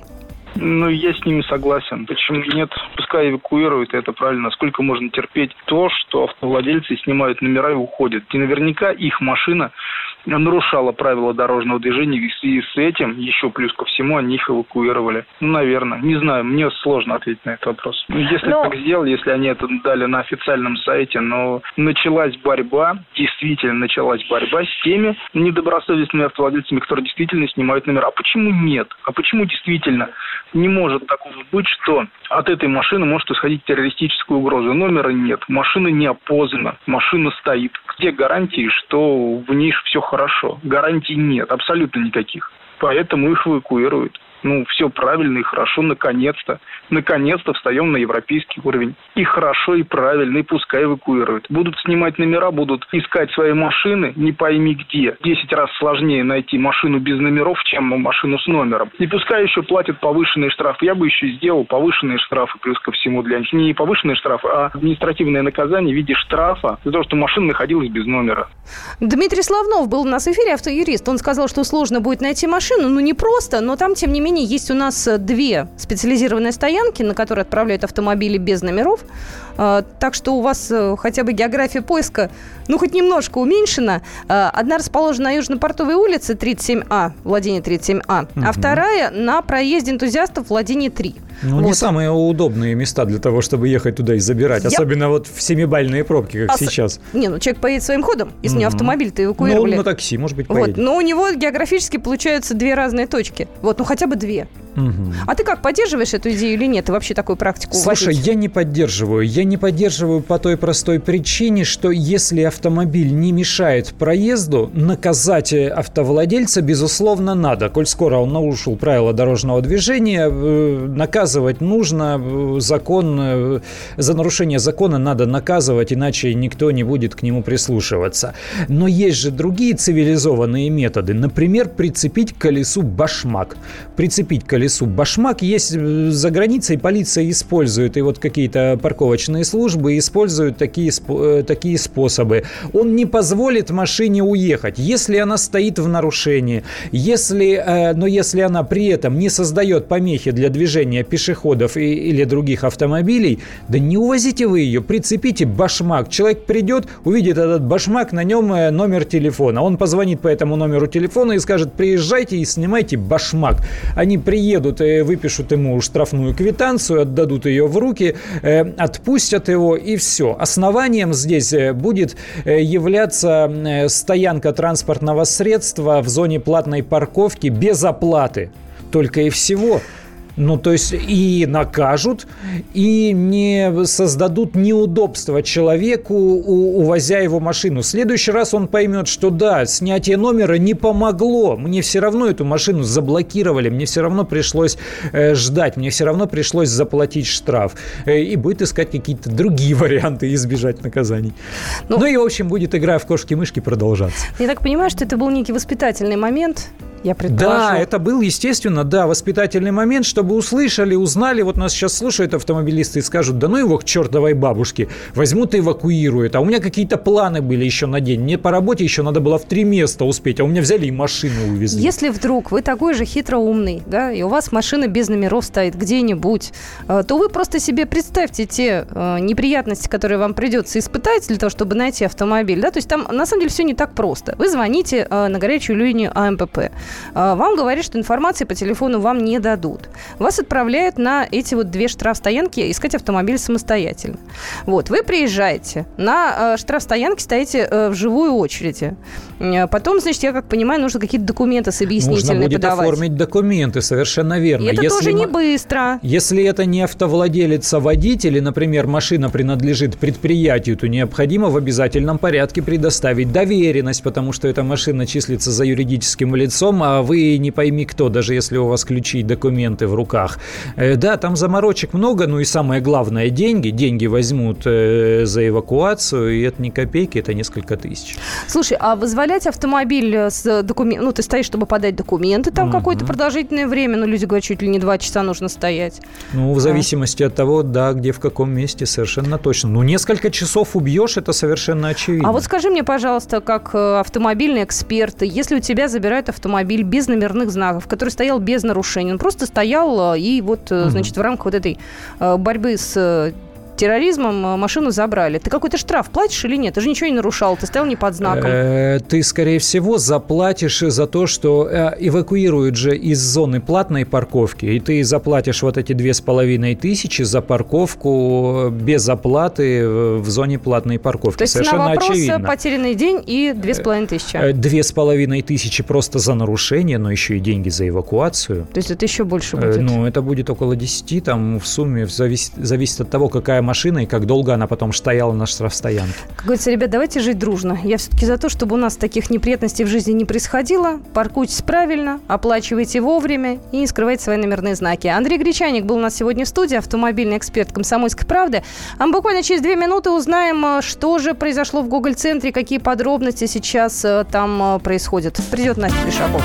Speaker 8: Я с ними согласен. Почему нет? Пускай эвакуируют, это правильно. Сколько можно терпеть то, что автовладельцы снимают номера и уходят? И наверняка их машина нарушала правила дорожного движения, и в связи с этим, еще плюс ко всему, они их эвакуировали. Наверное. Не знаю, мне сложно ответить на этот вопрос. Если так сделали, если они это дали на официальном сайте, но началась борьба, действительно началась борьба с теми недобросовестными автовладельцами, которые действительно снимают номера. А почему нет? А почему действительно не может такого быть, что от этой машины может исходить террористическая угроза? Номера нет, машина не опознана, машина стоит. Где гарантии, что в ней все хорошо? Гарантий нет, абсолютно никаких. Поэтому их эвакуируют. все правильно и хорошо, наконец-то. Наконец-то встаем на европейский уровень. И хорошо, и правильно, и пускай эвакуируют. Будут снимать номера, будут искать свои машины, не пойми где. 10 раз сложнее найти машину без номеров, чем машину с номером. И пускай еще платят повышенные штрафы. Я бы еще сделал повышенные штрафы, плюс ко всему для них. Не повышенные штрафы, а административное наказание в виде штрафа за то, что машина находилась без номера.
Speaker 2: Дмитрий Славнов был у нас в эфире, автоюрист. Он сказал, что сложно будет найти машину. Не просто, но там, тем не менее, есть у нас 2 специализированные стоянки, на которые отправляют автомобили без номеров. Так что у вас хотя бы география поиска, хоть немножко уменьшена. Одна расположена на Южно-Портовой улице, 37А, владение 37А, а вторая на проезде энтузиастов, владение 3.
Speaker 7: Не самые удобные места для того, чтобы ехать туда и забирать. Особенно вот в 7-бальные пробки, как сейчас.
Speaker 2: Человек поедет своим ходом, если не автомобиль-то эвакуировали.
Speaker 7: На такси, может быть, поедет.
Speaker 2: Но у него географически получаются 2 разные точки. Хотя бы 2. А ты как, поддерживаешь эту идею или нет? Ты вообще такую практику уводишь?
Speaker 7: Слушай, я не поддерживаю. Я не поддерживаю по той простой причине, что если автомобиль не мешает проезду, наказать автовладельца, безусловно, надо. Коль скоро он нарушил правила дорожного движения, наказывать нужно. За нарушение закона надо наказывать, иначе никто не будет к нему прислушиваться. Но есть же другие цивилизованные методы. Например, прицепить к колесу башмак. Прицепить к колесу башмак есть за границей, полиция использует, и какие-то парковочные службы используют такие способы. Он не позволит машине уехать, если она стоит в нарушении, но если она при этом не создает помехи для движения пешеходов или других автомобилей, да не увозите вы ее, прицепите башмак. Человек придет, увидит этот башмак, на нем номер телефона. Он позвонит по этому номеру телефона и скажет: приезжайте и снимайте башмак. Они приедут, выпишут ему штрафную квитанцию, отдадут ее в руки, отпустят его, и все. Основанием здесь будет являться стоянка транспортного средства в зоне платной парковки без оплаты. Только и всего. То есть и накажут, и не создадут неудобства человеку, увозя его машину. В следующий раз он поймет, что да, снятие номера не помогло. Мне все равно эту машину заблокировали, мне все равно пришлось ждать, мне все равно пришлось заплатить штраф. И будет искать какие-то другие варианты избежать наказаний. И, в общем, будет игра в кошки-мышки продолжаться.
Speaker 2: Я так понимаю, что это был некий воспитательный момент, я предположу.
Speaker 7: Да, это был, естественно, воспитательный момент, чтобы услышали, узнали. Вот нас сейчас слушают автомобилисты и скажут: да его к чертовой бабушке, возьмут и эвакуируют. А у меня какие-то планы были еще на день. Мне по работе еще надо было в 3 места успеть, а у меня взяли и машину увезли.
Speaker 2: Если вдруг вы такой же хитроумный, да, и у вас машина без номеров стоит где-нибудь, то вы просто себе представьте те неприятности, которые вам придется испытать для того, чтобы найти автомобиль. Да? То есть там на самом деле все не так просто. Вы звоните на горячую линию АМПП. Вам говорят, что информации по телефону вам не дадут. Вас отправляют на эти 2 штрафстоянки искать автомобиль самостоятельно. Вы приезжаете, на штрафстоянке стоите в живую очереди. Потом, я как понимаю, нужно какие-то документы с объяснительные подавать.
Speaker 7: Нужно будет оформить документы, совершенно верно.
Speaker 2: И это тоже не быстро.
Speaker 7: Если это не автовладелец, а водитель, и, например, машина принадлежит предприятию, то необходимо в обязательном порядке предоставить доверенность, потому что эта машина числится за юридическим лицом, а вы не пойми кто, даже если у вас ключи и документы в руках. Да, там заморочек много, и самое главное — деньги. Деньги возьмут за эвакуацию, и это не копейки, это несколько тысяч.
Speaker 2: Слушай, а вызволять автомобиль с документами, ты стоишь, чтобы подать документы, там какое-то продолжительное время, люди говорят, чуть ли не 2 часа нужно стоять.
Speaker 7: В зависимости от того, где, в каком месте, совершенно точно. Несколько часов убьешь, это совершенно очевидно.
Speaker 2: А скажи мне, пожалуйста, как автомобильный эксперт, если у тебя забирают автомобиль без номерных знаков, который стоял без нарушений, он просто стоял, и в рамках этой борьбы с терроризмом машину забрали. Ты какой-то штраф платишь или нет? Ты же ничего не нарушал, ты стоял не под знаком.
Speaker 7: Ты, скорее всего, заплатишь за то, что эвакуируют же из зоны платной парковки, и ты заплатишь эти 2500 за парковку без оплаты в зоне платной парковки.
Speaker 2: То есть
Speaker 7: совершенно
Speaker 2: на вопрос
Speaker 7: очевидно.
Speaker 2: Потерянный день и 2500.
Speaker 7: 2500 просто за нарушение, но еще и деньги за эвакуацию.
Speaker 2: То есть это еще больше будет?
Speaker 7: Это будет около 10, в сумме, зависит от того, какая машина и как долго она потом стояла на штрафстоянке.
Speaker 2: Как говорится, ребят, давайте жить дружно. Я все-таки за то, чтобы у нас таких неприятностей в жизни не происходило. Паркуйтесь правильно, оплачивайте вовремя и не скрывайте свои номерные знаки. Андрей Гречаник был у нас сегодня в студии, автомобильный эксперт «Комсомольской правды». А мы буквально через 2 минуты узнаем, что же произошло в Гоголь-центре, какие подробности сейчас там происходят. Придет Настя Плешакова.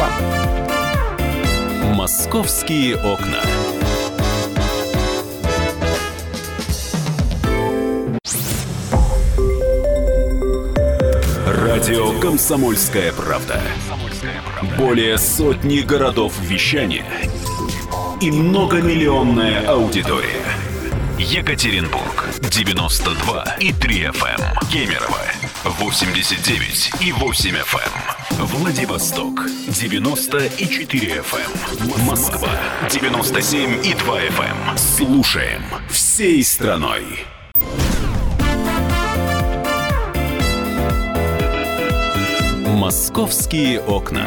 Speaker 1: «Московские окна». Радио «Комсомольская правда». Более сотни городов вещания и многомиллионная аудитория. Екатеринбург 92,3 FM, Кемерово 89,8 FM, Владивосток 90,4 FM, Москва 97,2 FM. Слушаем всей страной. «Московские окна».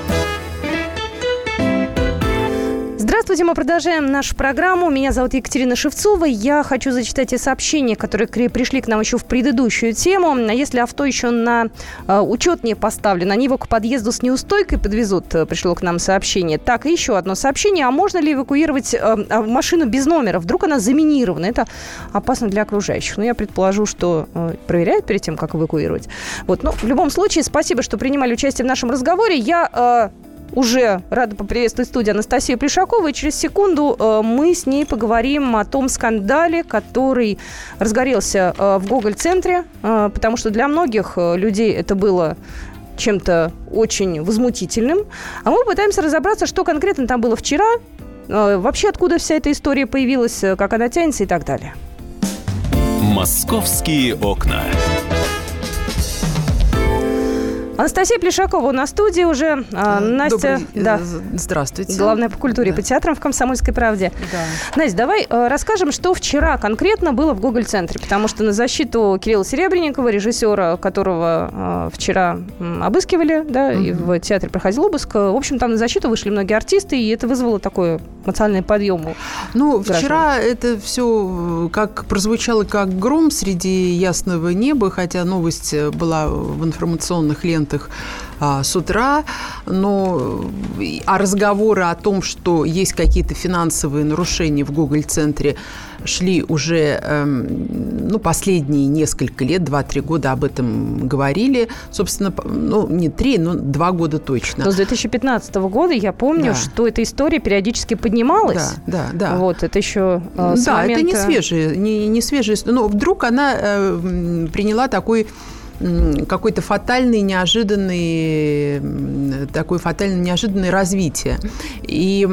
Speaker 2: Здравствуйте, мы продолжаем нашу программу. Меня зовут Екатерина Шевцова. Я хочу зачитать те сообщения, которые пришли к нам еще в предыдущую тему. Если авто еще на учет не поставлено, они его к подъезду с неустойкой подвезут, пришло к нам сообщение. Так, и еще одно сообщение. А можно ли эвакуировать машину без номера? Вдруг она заминирована? Это опасно для окружающих. Но я предположу, что проверяют перед тем, как эвакуировать. Вот. Но в любом случае, спасибо, что принимали участие в нашем разговоре. Я уже рада поприветствовать в студии Анастасию Плешакову, и через секунду мы с ней поговорим о том скандале, который разгорелся в Гоголь-центре, потому что для многих людей это было чем-то очень возмутительным. А мы пытаемся разобраться, что конкретно там было вчера, вообще откуда вся эта история появилась, как она тянется и так далее.
Speaker 1: «Московские окна».
Speaker 2: Анастасия Плешакова на студии уже. Настя,
Speaker 9: здравствуйте.
Speaker 2: Главная по культуре, по театрам в «Комсомольской правде».
Speaker 9: Да.
Speaker 2: Настя, давай расскажем, что вчера конкретно было в Гоголь-центре, потому что на защиту Кирилла Серебренникова, режиссера, которого вчера обыскивали, да, и в театре проходил обыск. В общем, там на защиту вышли многие артисты, и это вызвало такой эмоциональный подъем.
Speaker 9: Ну, вчера это все как прозвучало как гром среди ясного неба, хотя новость была в информационных лентах с утра, но разговоры о том, что есть какие-то финансовые нарушения в Гоголь-центре, шли уже последние несколько лет, 2-3 года об этом говорили. Собственно, не 3, но 2 года точно.
Speaker 2: Но с 2015 года я помню, что эта история периодически поднималась.
Speaker 9: Да.
Speaker 2: Вот, это еще с момента...
Speaker 9: это не свежая история. Но вдруг она приняла такой какое-то фатальное, неожиданное развитие. И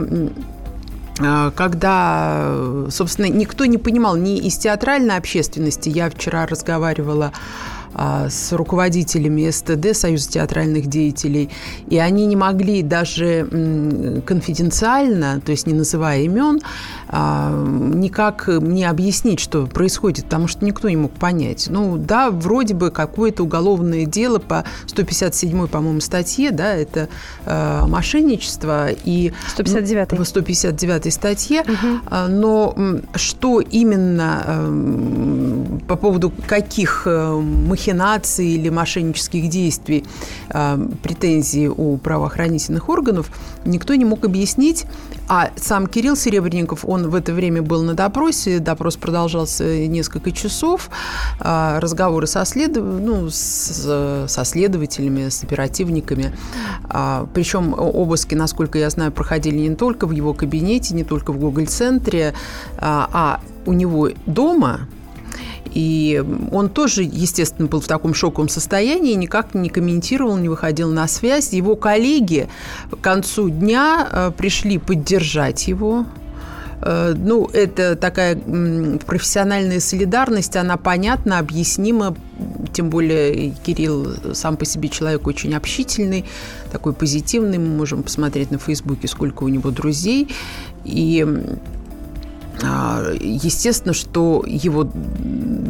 Speaker 9: когда, собственно, никто не понимал, ни из театральной общественности, я вчера разговаривала с руководителями СТД, Союза театральных деятелей, и они не могли даже конфиденциально, то есть не называя имен, никак не объяснить, что происходит, потому что никто не мог понять. Вроде бы какое-то уголовное дело по 157-й, по-моему, статье, да, это мошенничество, и
Speaker 2: 159-й.
Speaker 9: В 159-й статье, но что именно по поводу каких махинаций или мошеннических действий претензий у правоохранительных органов никто не мог объяснить. А сам Кирилл Серебренников, он в это время был на допросе. Допрос продолжался несколько часов. Разговоры со следователями, с оперативниками. Причем обыски, насколько я знаю, проходили не только в его кабинете, не только в Гоголь-центре, а у него дома. И он тоже, естественно, был в таком шоковом состоянии, никак не комментировал, не выходил на связь. Его коллеги к концу дня пришли поддержать его. Это такая профессиональная солидарность, она понятна, объяснима. Тем более Кирилл сам по себе человек очень общительный, такой позитивный. Мы можем посмотреть на Фейсбуке, сколько у него друзей. И естественно, что его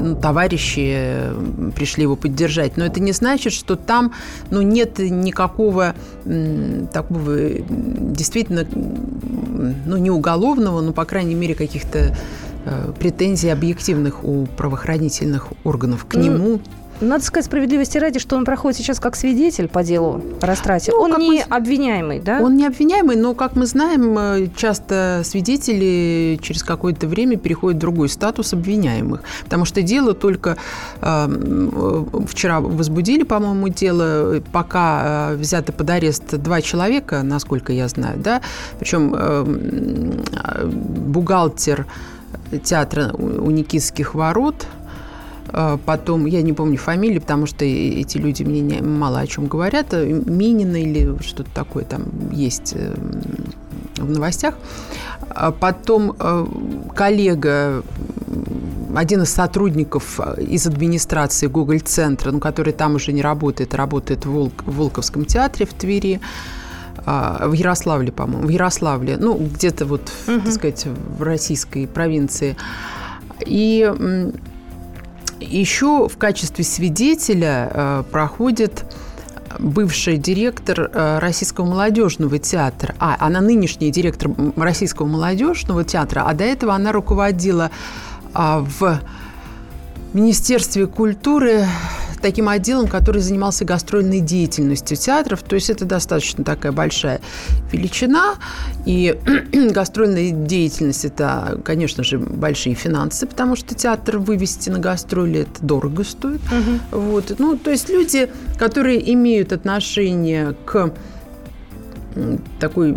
Speaker 9: товарищи пришли его поддержать. Но это не значит, что там нет никакого такого действительно не уголовного, но, по крайней мере, каких-то претензий объективных у правоохранительных органов к нему.
Speaker 2: Надо сказать справедливости ради, что он проходит сейчас как свидетель по делу о растрате. Он не обвиняемый, да?
Speaker 9: Он не обвиняемый, но, как мы знаем, часто свидетели через какое-то время переходят в другой статус обвиняемых. Потому что дело только... Вчера возбудили, по-моему, дело, пока взяты под арест 2 человека, насколько я знаю, да? Причем бухгалтер театра у Никитских ворот. Потом, я не помню фамилии, потому что эти люди мне мало о чем говорят. Минина или что-то такое там есть в новостях. Потом коллега, один из сотрудников из администрации Гоголь-центра, который там уже не работает, работает в Волковском театре в Твери, в Ярославле, по-моему, где-то так сказать, в российской провинции. И еще в качестве свидетеля проходит бывший директор Российского молодежного театра. Она нынешний директор Российского молодежного театра, а до этого она руководила в Министерстве культуры таким отделом, который занимался гастрольной деятельностью театров. То есть это достаточно такая большая величина. И гастрольная деятельность – это, конечно же, большие финансы, потому что театр вывести на гастроли – это дорого стоит. То есть люди, которые имеют отношение к такой,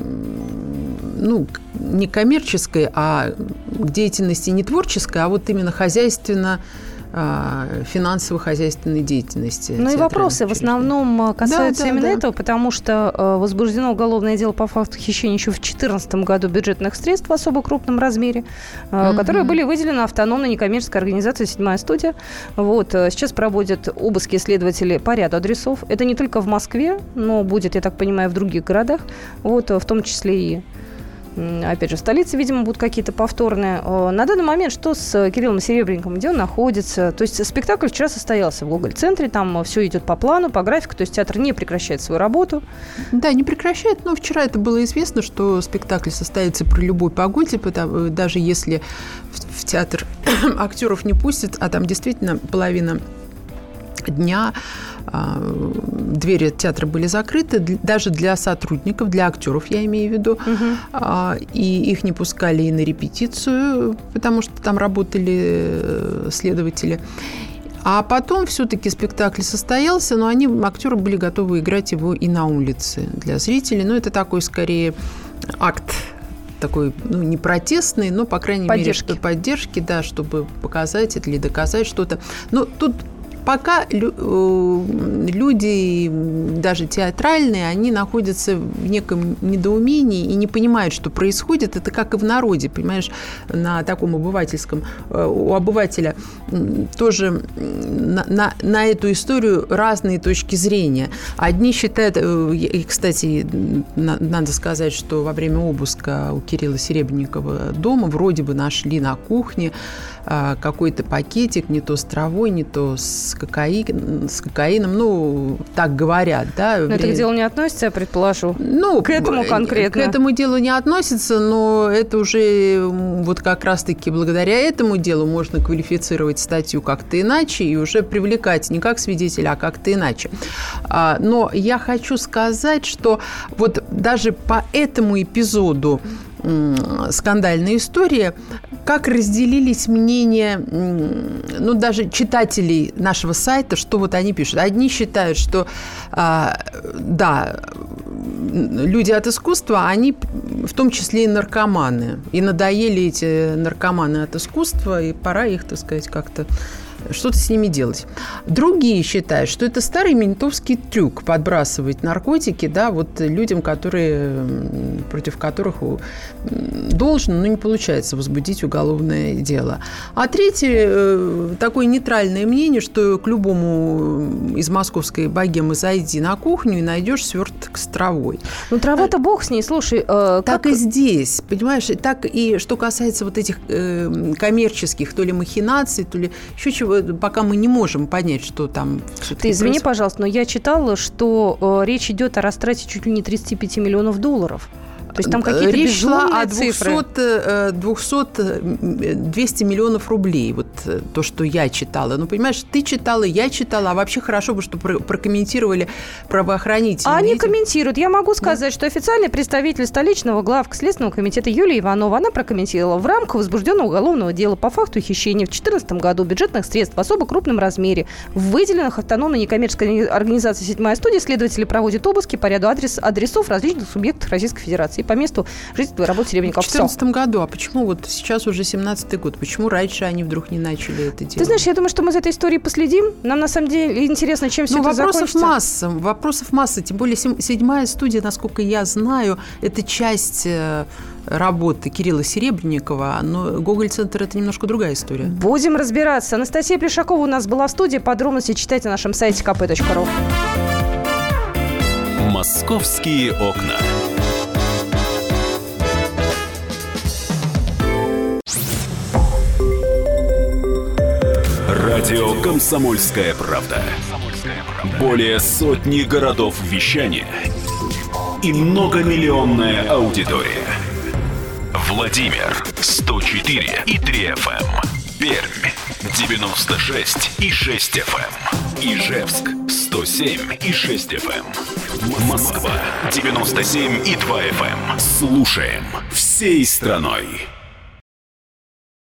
Speaker 9: не коммерческой, а к деятельности не творческой, а вот именно финансово-хозяйственной деятельности.
Speaker 2: И вопросы в основном касаются именно этого, потому что возбуждено уголовное дело по факту хищения еще в 2014 году бюджетных средств в особо крупном размере, которые были выделены автономной некоммерческой организацией «Седьмая студия». Сейчас проводят обыски следователи по ряду адресов. Это не только в Москве, но будет, я так понимаю, в других городах, в том числе и опять же, в столице, видимо, будут какие-то повторные. На данный момент что с Кириллом Серебренником, где он находится? То есть спектакль вчера состоялся в Гоголь-центре, там все идет по плану, по графику, то есть театр не прекращает свою работу.
Speaker 9: Да, не прекращает, но вчера это было известно, что спектакль состоится при любой погоде, даже если в театр актеров не пустят, а там действительно половина дня двери театра были закрыты, даже для сотрудников, для актеров, я имею в виду, и их не пускали и на репетицию, потому что там работали следователи. А потом все-таки спектакль состоялся, но актеры были готовы играть его и на улице для зрителей. Но это такой, скорее, акт такой, не протестный, но, по крайней мере, поддержки, да, чтобы показать или доказать что-то. Но тут пока люди, даже театральные, они находятся в неком недоумении и не понимают, что происходит. Это как и в народе, понимаешь, на таком обывательском. У обывателя тоже на эту историю разные точки зрения. Одни считают, и, кстати, надо сказать, что во время обыска у Кирилла Серебренникова дома вроде бы нашли на кухне какой-то пакетик, не то с травой, не то с кокаином, так говорят, да.
Speaker 2: Но это к делу не относится, я предположу, к этому конкретно.
Speaker 9: К этому делу не относится, но это уже как раз-таки благодаря этому делу можно квалифицировать статью как-то иначе и уже привлекать не как свидетеля, а как-то иначе. Но я хочу сказать, что даже по этому эпизоду скандальная история, как разделились мнения, даже читателей нашего сайта, что они пишут. Одни считают, что люди от искусства, они в том числе и наркоманы. И надоели эти наркоманы от искусства, и пора их, так сказать, как-то что-то с ними делать. Другие считают, что это старый ментовский трюк подбрасывать наркотики, людям, против которых должно, но не получается возбудить уголовное дело. А третье, такое нейтральное мнение, что к любому из московской богемы зайди на кухню и найдешь сверток с травой.
Speaker 2: Трава-то бог с ней, слушай.
Speaker 9: Так и здесь, понимаешь, так и что касается этих коммерческих то ли махинаций, то ли еще чего. пока мы не можем понять, что там все-таки
Speaker 2: Ты извини,
Speaker 9: происходит.
Speaker 2: пожалуйста, но я читала, что речь идет о растрате чуть ли не 35 миллионов долларов. То есть там какие-то
Speaker 9: речь шла о
Speaker 2: цифры.
Speaker 9: 200 миллионов рублей. Вот то, что я читала. Ну, понимаешь, ты читала, я читала, а вообще хорошо бы, что прокомментировали правоохранители.
Speaker 2: Они комментируют. Я могу сказать, что официальный представитель столичного главка Следственного комитета Юлия Иванова, она прокомментировала: в рамках возбужденного уголовного дела по факту хищения в 2014 году бюджетных средств в особо крупном размере в выделенных автономной некоммерческой организации «Седьмая студия» следователи проводят обыски по ряду адресов различных субъектов Российской Федерации по месту жительства и работы серебряников.
Speaker 9: В 2014 году. А почему вот сейчас уже 17-й год? Почему раньше они вдруг не начали это делать?
Speaker 2: Ты знаешь, я думаю, что мы за этой историей последим. Нам на самом деле интересно, чем все это закончится.
Speaker 9: Вопросов масса. Тем более «Седьмая студия», насколько я знаю, это часть работы Кирилла Серебренникова, но Гоголь-центр – это немножко другая история.
Speaker 2: Будем разбираться. Анастасия Плешакова у нас была в студии. Подробности читайте на нашем сайте kp.ru.
Speaker 1: «Московские окна». Радио «Комсомольская правда». Более сотни городов вещания и многомиллионная аудитория. Владимир 104,3 FM. Пермь 96,6 FM. Ижевск 107,6 FM. Москва 97,2 FM. Слушаем всей страной.